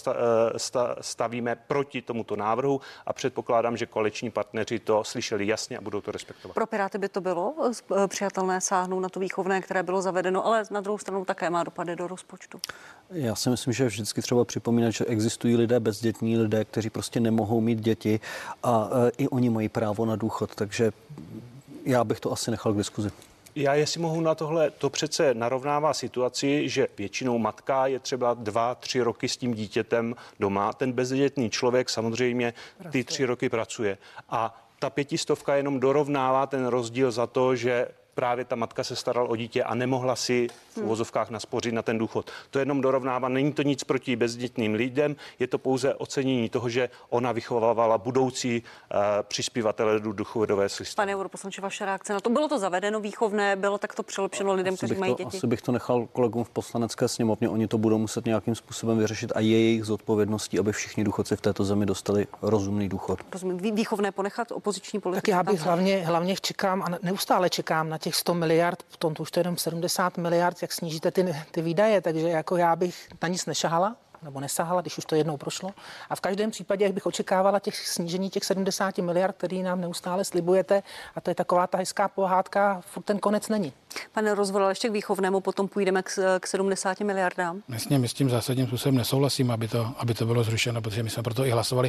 stavíme proti tomuto návrhu a předpokládám, že koaliční partneři to slyšeli jasně a budou to respektovat. Pro Piráty by to bylo přijatelné sáhnout na to výchovné, které bylo zavedeno, ale na druhou stranu také má dopady do rozpočtu. Já si myslím, že vždycky třeba připomínat, že existují lidé bezdětní, lidé, kteří prostě nemohou mít děti a i oni mají právo na důchod, takže já bych to asi nechal k diskuzi. Já jestli mohu na tohle, to přece narovnává situaci, že většinou matka je třeba 2-3 roky s tím dítětem doma. Ten bezdětný člověk samozřejmě ty 3 roky pracuje. A ta 500 jenom dorovnává ten rozdíl za to, že právě ta matka se starala o dítě a nemohla si v uvozovkách naspořit na ten důchod. To jenom dorovnává, není to nic proti bezdětným lidem, je to pouze ocenění toho, že ona vychovávala budoucí přispívatele do důchodové systému. Pane europoslanče, vaše reakce na to? Bylo to zavedeno výchovné, bylo takto přilepšeno lidem, kteří mají děti? Asi bych to nechal kolegům v poslanecké sněmovně, oni to budou muset nějakým způsobem vyřešit a je jejich zodpovědností, aby všichni důchodci v této zemi dostali rozumný důchod. Rozumím. Výchovné ponechat opoziční politiky? Tak já bych hlavně čekám a neustále čekám na těch 100 miliard, potom to už to je jenom 70 miliard, jak snížíte ty výdaje, takže jako já bych na nic nešahala, nebo nesahala, když už to jednou prošlo. A v každém případě bych očekávala těch snížení těch 70 miliard, který nám neustále slibujete, a to je taková ta hezká pohádka, furt ten konec není. Pane Rozvoral, ještě k výchovnému, potom půjdeme k 70 miliardám. My s tím zásadním způsobem nesouhlasím, aby to bylo zrušeno, protože my jsme proto i hlasovali.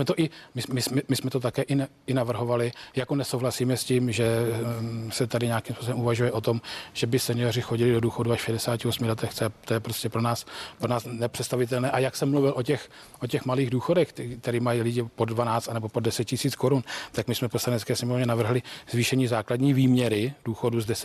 My jsme to také i navrhovali, jako nesouhlasíme s tím, že se tady nějakým způsobem uvažuje o tom, že by seniori chodili do důchodu až v 68 letech. To je prostě pro nás nepředstavitelné. A jak jsem mluvil o těch malých důchodech, který mají lidi pod 12 nebo pod 10 000 korun, tak my jsme v Poslanecké sněmovně navrhli zvýšení základní výměry důchodu z 10%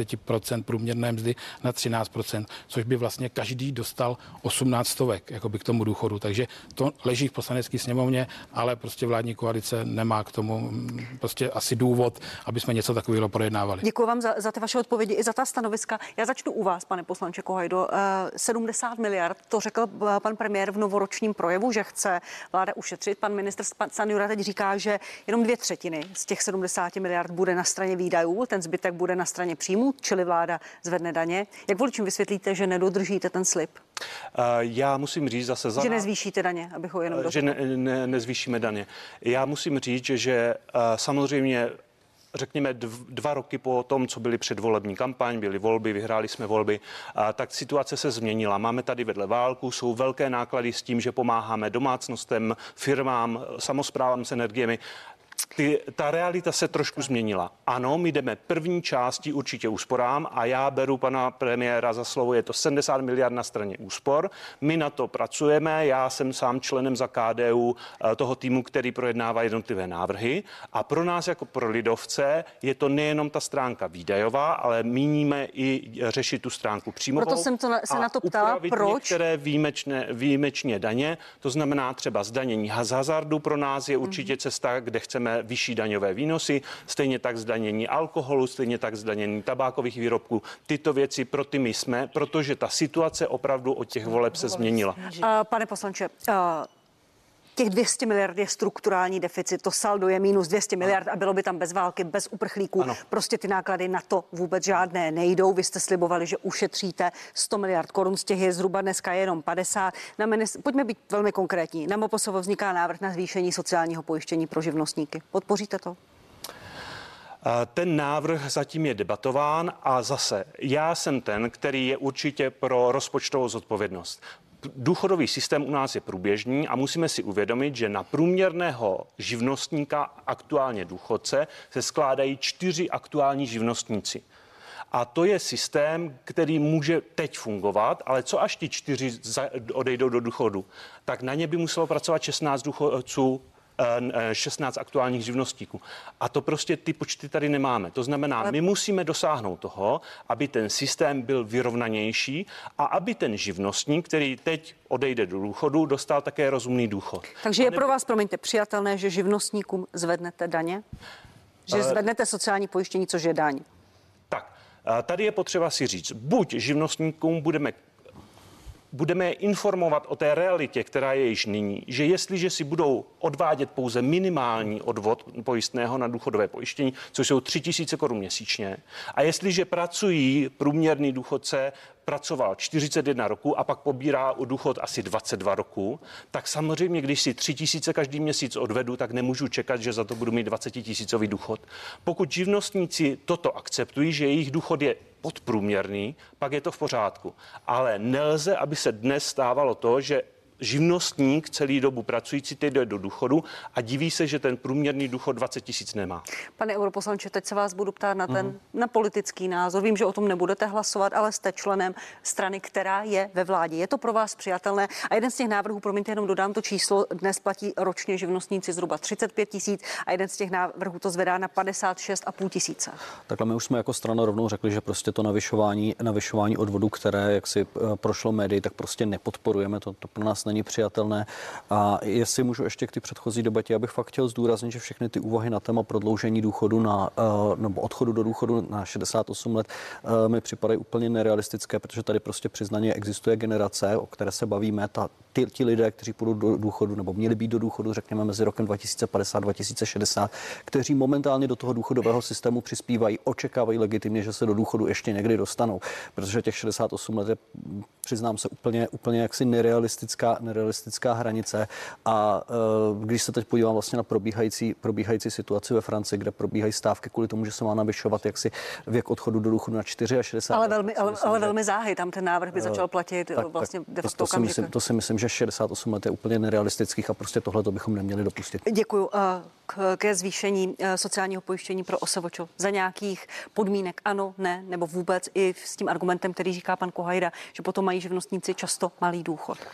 10% průměrné mzdy na 13%, což by vlastně každý dostal 18 stovek jakoby k tomu důchodu. Takže to leží v poslanecké sněmovně, ale prostě vládní koalice nemá k tomu prostě asi důvod, aby jsme něco takového projednávali. Děkuji vám za ty vaše odpovědi i za ta stanoviska. Já začnu u vás, pane poslanče Kohajdo. 70 miliard, to řekl pan premiér v novoročním projevu, že chce vláda ušetřit. Pan ministr Stanjura teď říká, že jenom 2/3 z těch 70 miliard bude na straně výdajů, ten zbytek bude na straně příjmů, čili vláda zvedne daně. Jak voličům vysvětlíte, že nedodržíte ten slib? Já musím říct zase že nezvýšíte daně, abych ho jenom že nezvýšíme daně. Já musím říct, že samozřejmě řekněme 2 roky po tom, co byly předvolební kampaň, byly volby, vyhráli jsme volby, tak situace se změnila. Máme tady vedle válku, jsou velké náklady s tím, že pomáháme domácnostem, firmám, samosprávám s energiemi. Ta realita se trošku změnila. Ano, my jdeme první částí určitě úsporám a já beru pana premiéra za slovo, je to 70 miliard na straně úspor. My na to pracujeme, já jsem sám členem za KDU toho týmu, který projednává jednotlivé návrhy a pro nás jako pro lidovce je to nejenom ta stránka výdajová, ale míníme i řešit tu stránku příjmovou. Proto jsem se na to ptala, proč? Některé výjimečné daně, to znamená třeba zdanění z hazardu pro nás je určitě cesta, kde chceme vyšší daňové výnosy, stejně tak zdanění alkoholu, stejně tak zdanění tabákových výrobků. Tyto věci pro ty my jsme, protože ta situace opravdu od těch voleb se změnila. Pane poslanče, těch 200 miliard je strukturální deficit, to saldo je minus 200 miliard a bylo by tam bez války, bez uprchlíků. Ano. Prostě ty náklady na to vůbec žádné nejdou. Vy jste slibovali, že ušetříte 100 miliard korun, z těch je zhruba dneska jenom 50. Pojďme být velmi konkrétní. Na MPSV vzniká návrh na zvýšení sociálního pojištění pro živnostníky. Podpoříte to? Ten návrh zatím je debatován a zase já jsem ten, který je určitě pro rozpočtovou zodpovědnost. Důchodový systém u nás je průběžný a musíme si uvědomit, že na průměrného živnostníka, aktuálně důchodce, se skládají 4 aktuální živnostníci. A to je systém, který může teď fungovat, ale co až ti 4 odejdou do důchodu, tak na ně by muselo pracovat 16 důchodců, 16 aktuálních živnostníků. A to prostě ty počty tady nemáme. To znamená, my musíme dosáhnout toho, aby ten systém byl vyrovnanější a aby ten živnostník, který teď odejde do důchodu, dostal také rozumný důchod. Takže je pro vás, promiňte, přijatelné, že živnostníkům zvednete daně? Že zvednete sociální pojištění, což je daň? Tak, tady je potřeba si říct, buď živnostníkům budeme je informovat o té realitě, která je již nyní, že jestliže si budou odvádět pouze minimální odvod pojistného na důchodové pojištění, což jsou 3 000 korun měsíčně, a jestliže pracují průměrný důchodce, pracoval 41 roku a pak pobírá důchod asi 22 roku, tak samozřejmě, když si 3 000 každý měsíc odvedu, tak nemůžu čekat, že za to budu mít 20 000 důchod. Pokud živnostníci toto akceptují, že jejich důchod je podprůměrný, pak je to v pořádku. Ale nelze, aby se dnes stávalo to, že živnostník celý dobu pracující teď jde do důchodu a diví se, že ten průměrný důchod 20 000 nemá. Pane europoslanče, teď se vás budu ptát na politický názor. Vím, že o tom nebudete hlasovat, ale jste členem strany, která je ve vládě. Je to pro vás přijatelné? A jeden z těch návrhů, promiňte, jenom dodám to číslo, dnes platí ročně živnostníci zhruba 35 000 a jeden z těch návrhů to zvedá na 56 500. Takhle my už jsme jako strana rovnou řekli, že prostě to navyšování odvodu, které jaksi prošlo médii, tak prostě nepodporujeme. To pro nás není přijatelné. A jestli můžu ještě k ty předchozí debatě, já bych fakt chtěl zdůraznit, že všechny ty úvahy na téma prodloužení důchodu nebo odchodu do důchodu na 68 let mi připadají úplně nerealistické, protože tady prostě přiznaně existuje generace, o které se bavíme, ti lidé, kteří půjdou do důchodu nebo měli být do důchodu, řekněme mezi rokem 2050 a 2060, kteří momentálně do toho důchodového systému přispívají, očekávají legitimně, že se do důchodu ještě někdy dostanou, protože těch 68 let je, přiznám se, úplně jaksi nerealistická hranice. A když se teď podívám vlastně na probíhající situaci ve Francii, kde probíhají stávky kvůli tomu, že se má navyšovat jaksi věk odchodu do důchodu na 64. Ale velmi záhy, tam ten návrh by začal platit vlastně de facto okamžitě. To si myslím, že 68 let je úplně nerealistických a prostě tohle to bychom neměli dopustit. Děkuju. Ke zvýšení sociálního pojištění pro OSVČ za nějakých podmínek ano, ne, nebo vůbec i s tím argumentem, který říká pan Kohajda, že potom mají živnostníci často malý důchod. Paní Peštová.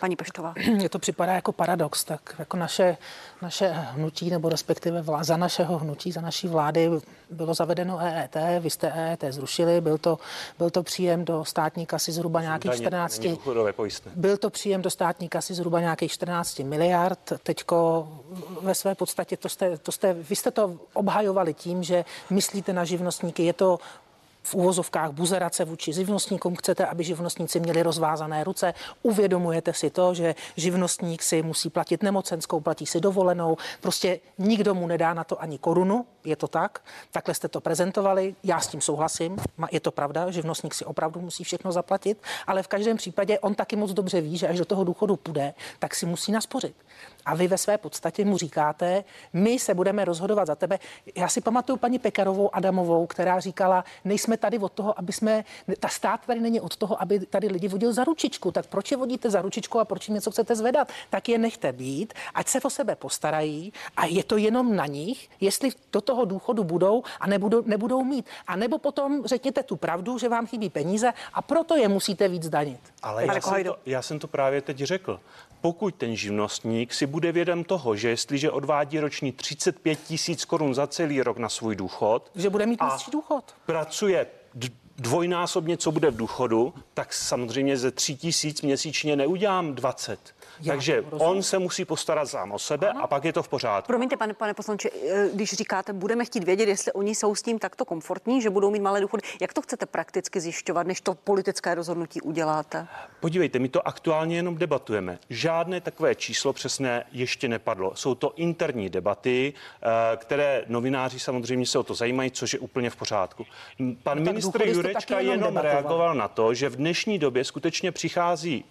Pekarová. Mně to připadá jako paradox, tak jako naše hnutí, nebo respektive za našeho hnutí, za naší vlády bylo zavedeno EET, vy jste EET zrušili, byl to příjem do státní kasy zhruba nějakých 14. Byl to příjem do státní kasy zhruba nějakých 14 miliard. Teďko ve své podstatě vy jste to obhajovali tím, že myslíte na živnostníky, je to v uvozovkách buzerace vůči živnostníkům, chcete, aby živnostníci měli rozvázané ruce, uvědomujete si to, že živnostník si musí platit nemocenskou, platí si dovolenou, prostě nikdo mu nedá na to ani korunu, je to tak, takhle jste to prezentovali, já s tím souhlasím, je to pravda, živnostník si opravdu musí všechno zaplatit, ale v každém případě on taky moc dobře ví, že až do toho důchodu půjde, tak si musí naspořit. A vy ve své podstatě mu říkáte, my se budeme rozhodovat za tebe. Já si pamatuju paní Pekarovou Adamovou, která říkala, nejsme tady od toho, ta stát tady není od toho, aby tady lidi vodil za ručičku. Tak proč je vodíte za ručičku a proč jim něco chcete zvedat? Tak je nechte být, ať se o sebe postarají a je to jenom na nich, jestli do toho důchodu budou a nebudou mít. A nebo potom řekněte tu pravdu, že vám chybí peníze a proto je musíte víc danit. Ale já jsem to právě teď řekl. Pokud ten živnostník si bude vědom toho, že jestliže odvádí roční 35 000 korun za celý rok na svůj důchod, že bude mít nižší důchod, pracuje dvojnásobně, co bude v důchodu, tak samozřejmě ze 3 000 měsíčně neudělám 20. Takže on se musí postarat sám o sebe a pak je to v pořádku. Promiňte, pane poslanče, když říkáte, budeme chtít vědět, jestli oni jsou s tím takto komfortní, že budou mít malé důchody, jak to chcete prakticky zjišťovat, než to politické rozhodnutí uděláte? Podívejte, my to aktuálně jenom debatujeme. Žádné takové číslo přesné ještě nepadlo. Jsou to interní debaty, které novináři samozřejmě se o to zajímají, což je úplně v pořádku. Pan ministr Jurečka jenom reagoval na to, že v dnešní době skutečně přichází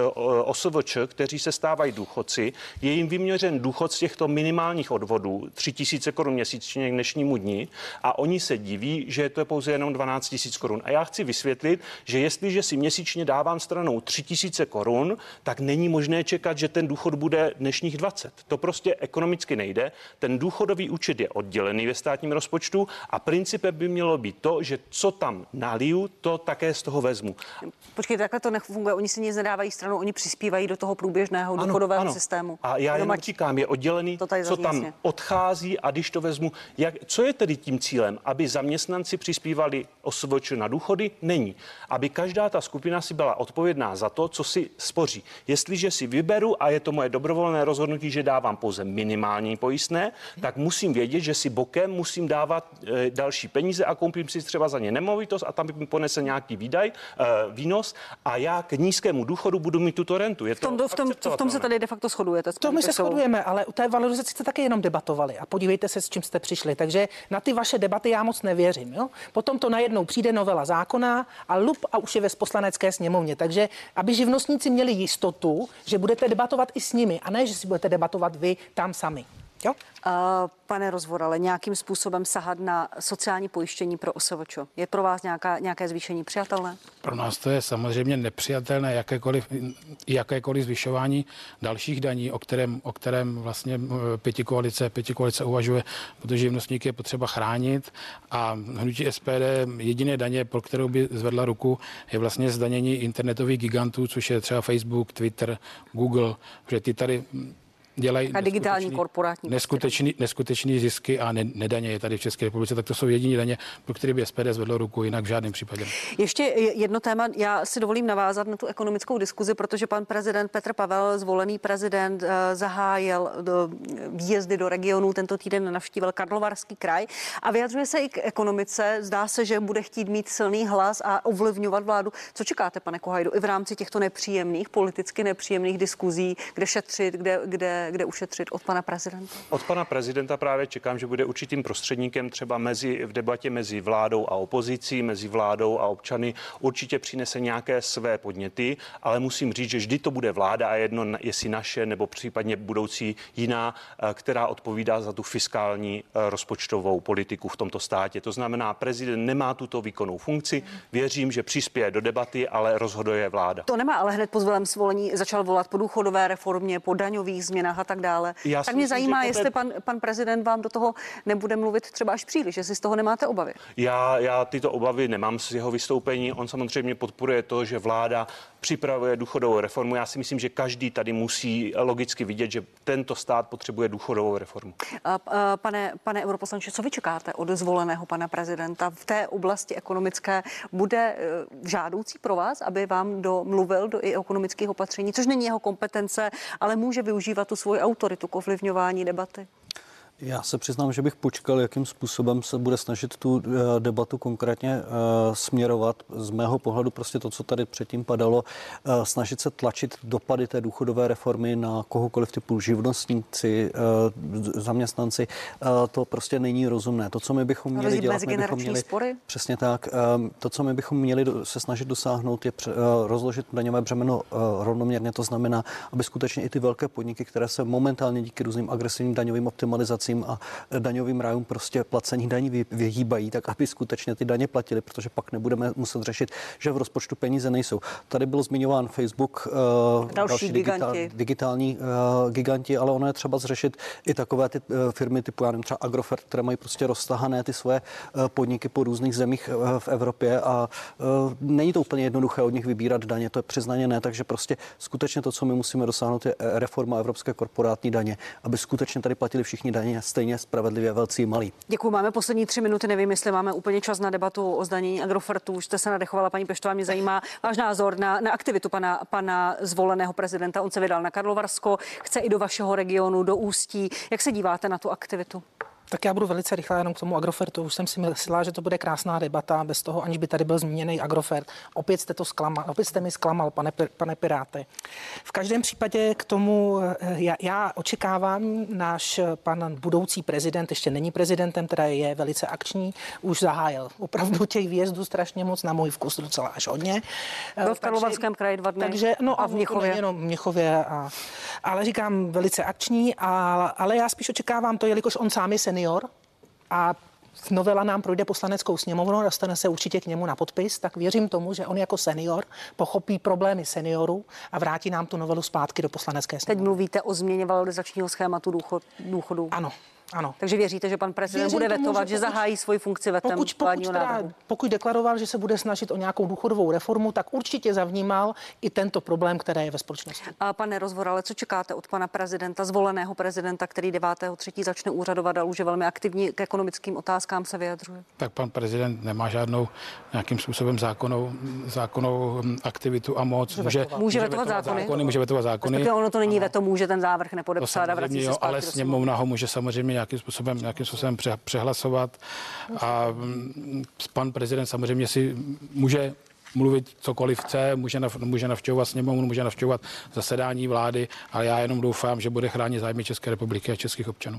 OSVČ, kteří se stávají důchodci, je jim vyměřen důchod z těchto minimálních odvodů 3 000 korun měsíčně k dnešnímu dni a oni se diví, že to je pouze jenom 12 000 korun. A já chci vysvětlit, že jestliže si měsíčně dávám stranou 3 000 korun, tak není možné čekat, že ten důchod bude dnešních 20. To prostě ekonomicky nejde. Ten důchodový účet je oddělený ve státním rozpočtu a principem by mělo být to, že co tam naliju, to také z toho vezmu. Počkejte, takhle to nefunguje. Oni si nic nedávají stranou, oni přispívají do toho průběžného důchodového systému. A já jenom říkám, je oddělený, co tam odchází a když to vezmu, co je tedy tím cílem, aby zaměstnanci přispívali OSVČ na důchody? Není. Aby každá ta skupina si byla odpovědná za to, co si spoří. Jestliže si vyberu a je to moje dobrovolné rozhodnutí, že dávám pouze minimální pojistné, tak musím vědět, že si bokem musím dávat další peníze a koupím si třeba za ně nemovitost a tam mi ponese nějaký výnos a já k nízkému důchodu budu mít tuto rentu. V tom se tady de facto shodujete. To my se shodujeme, ale u té valorizace jste také jenom debatovali a podívejte se, s čím jste přišli. Takže na ty vaše debaty já moc nevěřím. Jo? Potom to najednou přijde novela zákona a už je ve poslanecké sněmovně. Takže aby živnostníci měli jistotu, že budete debatovat i s nimi a ne, že si budete debatovat vy tam sami. Jo? Pane Rozvorale, nějakým způsobem sahat na sociální pojištění pro OSVČ. Je pro vás nějaké zvýšení přijatelné? Pro nás to je samozřejmě nepřijatelné jakékoliv zvyšování dalších daní, o kterém vlastně pětikoalice uvažuje, protože živnostníky je potřeba chránit a hnutí SPD jediné daně, pro kterou by zvedla ruku, je vlastně zdanění internetových gigantů, což je třeba Facebook, Twitter, Google, že ty tady dělají digitální korporátní neskutečný zisky a nedaně je tady v České republice, tak to jsou jediné daně, pro které by SPD zvedlo ruku, jinak v žádném případě. Ještě jedno téma, já si dovolím navázat na tu ekonomickou diskuzi, protože pan prezident Petr Pavel, zvolený prezident, zahájil výjezdy do regionů, tento týden navštívil Karlovarský kraj a vyjadřuje se i k ekonomice. Zdá se, že bude chtít mít silný hlas a ovlivňovat vládu. Co čekáte, pane Kohajdu, i v rámci těchto politicky nepříjemných diskuzí, kde šetřit, kde ušetřit od pana prezidenta? Od pana prezidenta právě čekám, že bude určitým prostředníkem třeba v debatě mezi vládou a opozicí, mezi vládou a občany. Určitě přinese nějaké své podněty, ale musím říct, že vždy to bude vláda a jedno, jestli naše nebo případně budoucí jiná, která odpovídá za tu fiskální rozpočtovou politiku v tomto státě. To znamená, prezident nemá tuto výkonnou funkci. Věřím, že přispěje do debaty, ale rozhoduje vláda. To nemá, ale hned po zvolení začal volat po důchodové reformě, po daňových změnách. cenách a tak dále. Tak mě zajímá, jestli pan prezident vám do toho nebude mluvit třeba až příliš, jestli z toho nemáte obavy. Já tyto obavy nemám z jeho vystoupení. On samozřejmě podporuje to, že vláda připravuje důchodovou reformu. Já si myslím, že každý tady musí logicky vidět, že tento stát potřebuje důchodovou reformu. Pane europoslanče, co vy čekáte od zvoleného pana prezidenta v té oblasti ekonomické? Bude žádoucí pro vás, aby vám domluvil do i ekonomických opatření, což není jeho kompetence, ale může využívat tu svoji autoritu k ovlivňování debaty? Já se přiznám, že bych počkal, jakým způsobem se bude snažit tu debatu konkrétně směrovat. Z mého pohledu prostě to, co tady předtím padalo, snažit se tlačit dopady té důchodové reformy na kohokoliv typu živnostníci, zaměstnanci, to prostě není rozumné. To, co my bychom měli dělat, spory? Přesně tak. To, co my bychom měli se snažit dosáhnout, je rozložit daňové břemeno rovnoměrně. To znamená, aby skutečně i ty velké podniky, které se momentálně díky různým agresivním daňovým optimalizacím a daňovým rájům prostě placení daní vyhýbají, tak aby skutečně ty daně platily, protože pak nebudeme muset řešit, že v rozpočtu peníze nejsou. Tady byl zmiňován Facebook, další digitální giganti, ale ono je třeba zřešit i takové ty firmy typu, já nevím, třeba Agrofert, které mají prostě roztahané ty svoje podniky po různých zemích v Evropě a není to úplně jednoduché od nich vybírat daně, to je přiznaně ne, takže prostě skutečně to, co my musíme dosáhnout, je reforma evropské korporátní daně, aby skutečně tady platili všichni daně stejně spravedlivě velcí i malí. Děkuji, máme poslední 3 minuty, nevím, jestli máme úplně čas na debatu o zdanění Agrofertu. Už jste se nadechovala, paní Peštová, mě zajímá váš názor na aktivitu pana zvoleného prezidenta. On se vydal na Karlovarsko, chce i do vašeho regionu, do Ústí. Jak se díváte na tu aktivitu? Tak já budu velice rychle jenom k tomu Agrofertu. Už jsem si myslela, že to bude krásná debata, bez toho, aniž by tady byl zmíněný Agrofert. Opět jste mi zklamal, pane Piráte. V každém případě k tomu já očekávám, náš pan budoucí prezident, ještě není prezidentem, teda je velice akční, už zahájil opravdu těch výjezdů strašně moc, na můj vkus docela až hodně. Byl v Karlovarském kraji 2 dny. Takže, no a v Mnichově. Jenom v Mnichově, ale říkám velice akční, ale já spíš očekávám to, jelikož on sám je senior a novela nám projde poslaneckou sněmovnou, dostane se určitě k němu na podpis, tak věřím tomu, že on jako senior pochopí problémy seniorů a vrátí nám tu novelu zpátky do poslanecké sněmovny. Teď mluvíte o změně valorizačního schématu důchodů. Ano. Takže věříte, že pan prezident bude vetovat, že zahájí svoji funkci vetem vládního návrhu? Pokud deklaroval, že se bude snažit o nějakou důchodovou reformu, tak určitě zavnímal i tento problém, který je ve společnosti. A pane Rozvorale, co čekáte od pana prezidenta, zvoleného prezidenta, který 9.3. začne úřadovat a už je velmi aktivní k ekonomickým otázkám se vyjadřuje? Tak pan prezident nemá žádnou nějakým způsobem zákonnou aktivitu a moc. Může vetovat zákony. Může vetovat zákony. Respektive ono to není veto, může ten návrh nepodepsat a vrací se zpátky ale sněmovna ho může samozřejmě nějakým způsobem přehlasovat a pan prezident samozřejmě si může mluvit cokoliv chce, může navštěvovat sněmovnu, může navštěvovat zasedání vlády, ale já jenom doufám, že bude chránit zájmy České republiky a českých občanů.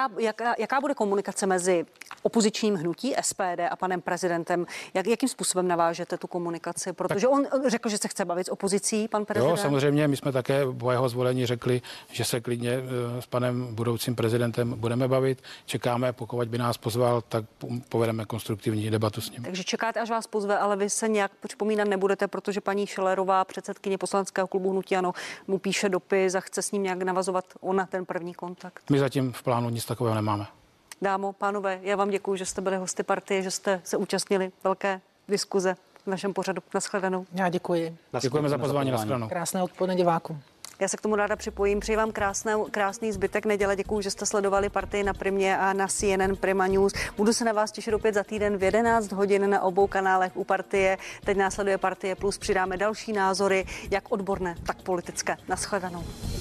Jaká bude komunikace mezi opozičním hnutí SPD a panem prezidentem? Jakým způsobem navážete tu komunikaci? Protože on řekl, že se chce bavit s opozicí, pan prezident. Jo, samozřejmě, my jsme také po jeho zvolení řekli, že se klidně s panem budoucím prezidentem budeme bavit. Čekáme, pokud by nás pozval, tak povedeme konstruktivní debatu s ním. Takže čekáte, až vás pozve, ale vy se nějak připomínat nebudete, protože paní Schillerová, předsedkyně poslaneckého klubu hnutí ANO, mu píše dopis a chce s ním nějak navazovat ona ten první kontakt. My zatím v plánu nic takového nemáme. Dámo, pánové, já vám děkuji, že jste byli hosty partie, že jste se účastnili velké diskuze v našem pořadu. Nashledanou. Já děkuji. Děkujeme za pozvání. Nashledanou. Krásné odpoledne divákům. Já se k tomu ráda připojím. Přeji vám krásný zbytek neděle. Děkuji, že jste sledovali Partii na Primě a na CNN Prima News. Budu se na vás těšit opět za týden v 11 hodin na obou kanálech u Partie. Teď následuje Partie Plus. Přidáme další názory, jak odborné, tak politické. Nashledanou.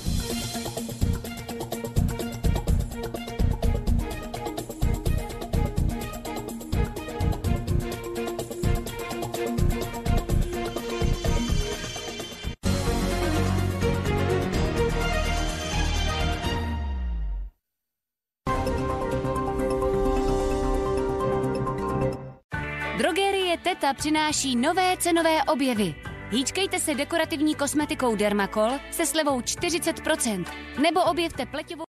Drogerie Teta přináší nové cenové objevy. Hýčkejte se dekorativní kosmetikou Dermacol se slevou 40%, nebo objevte pleťovou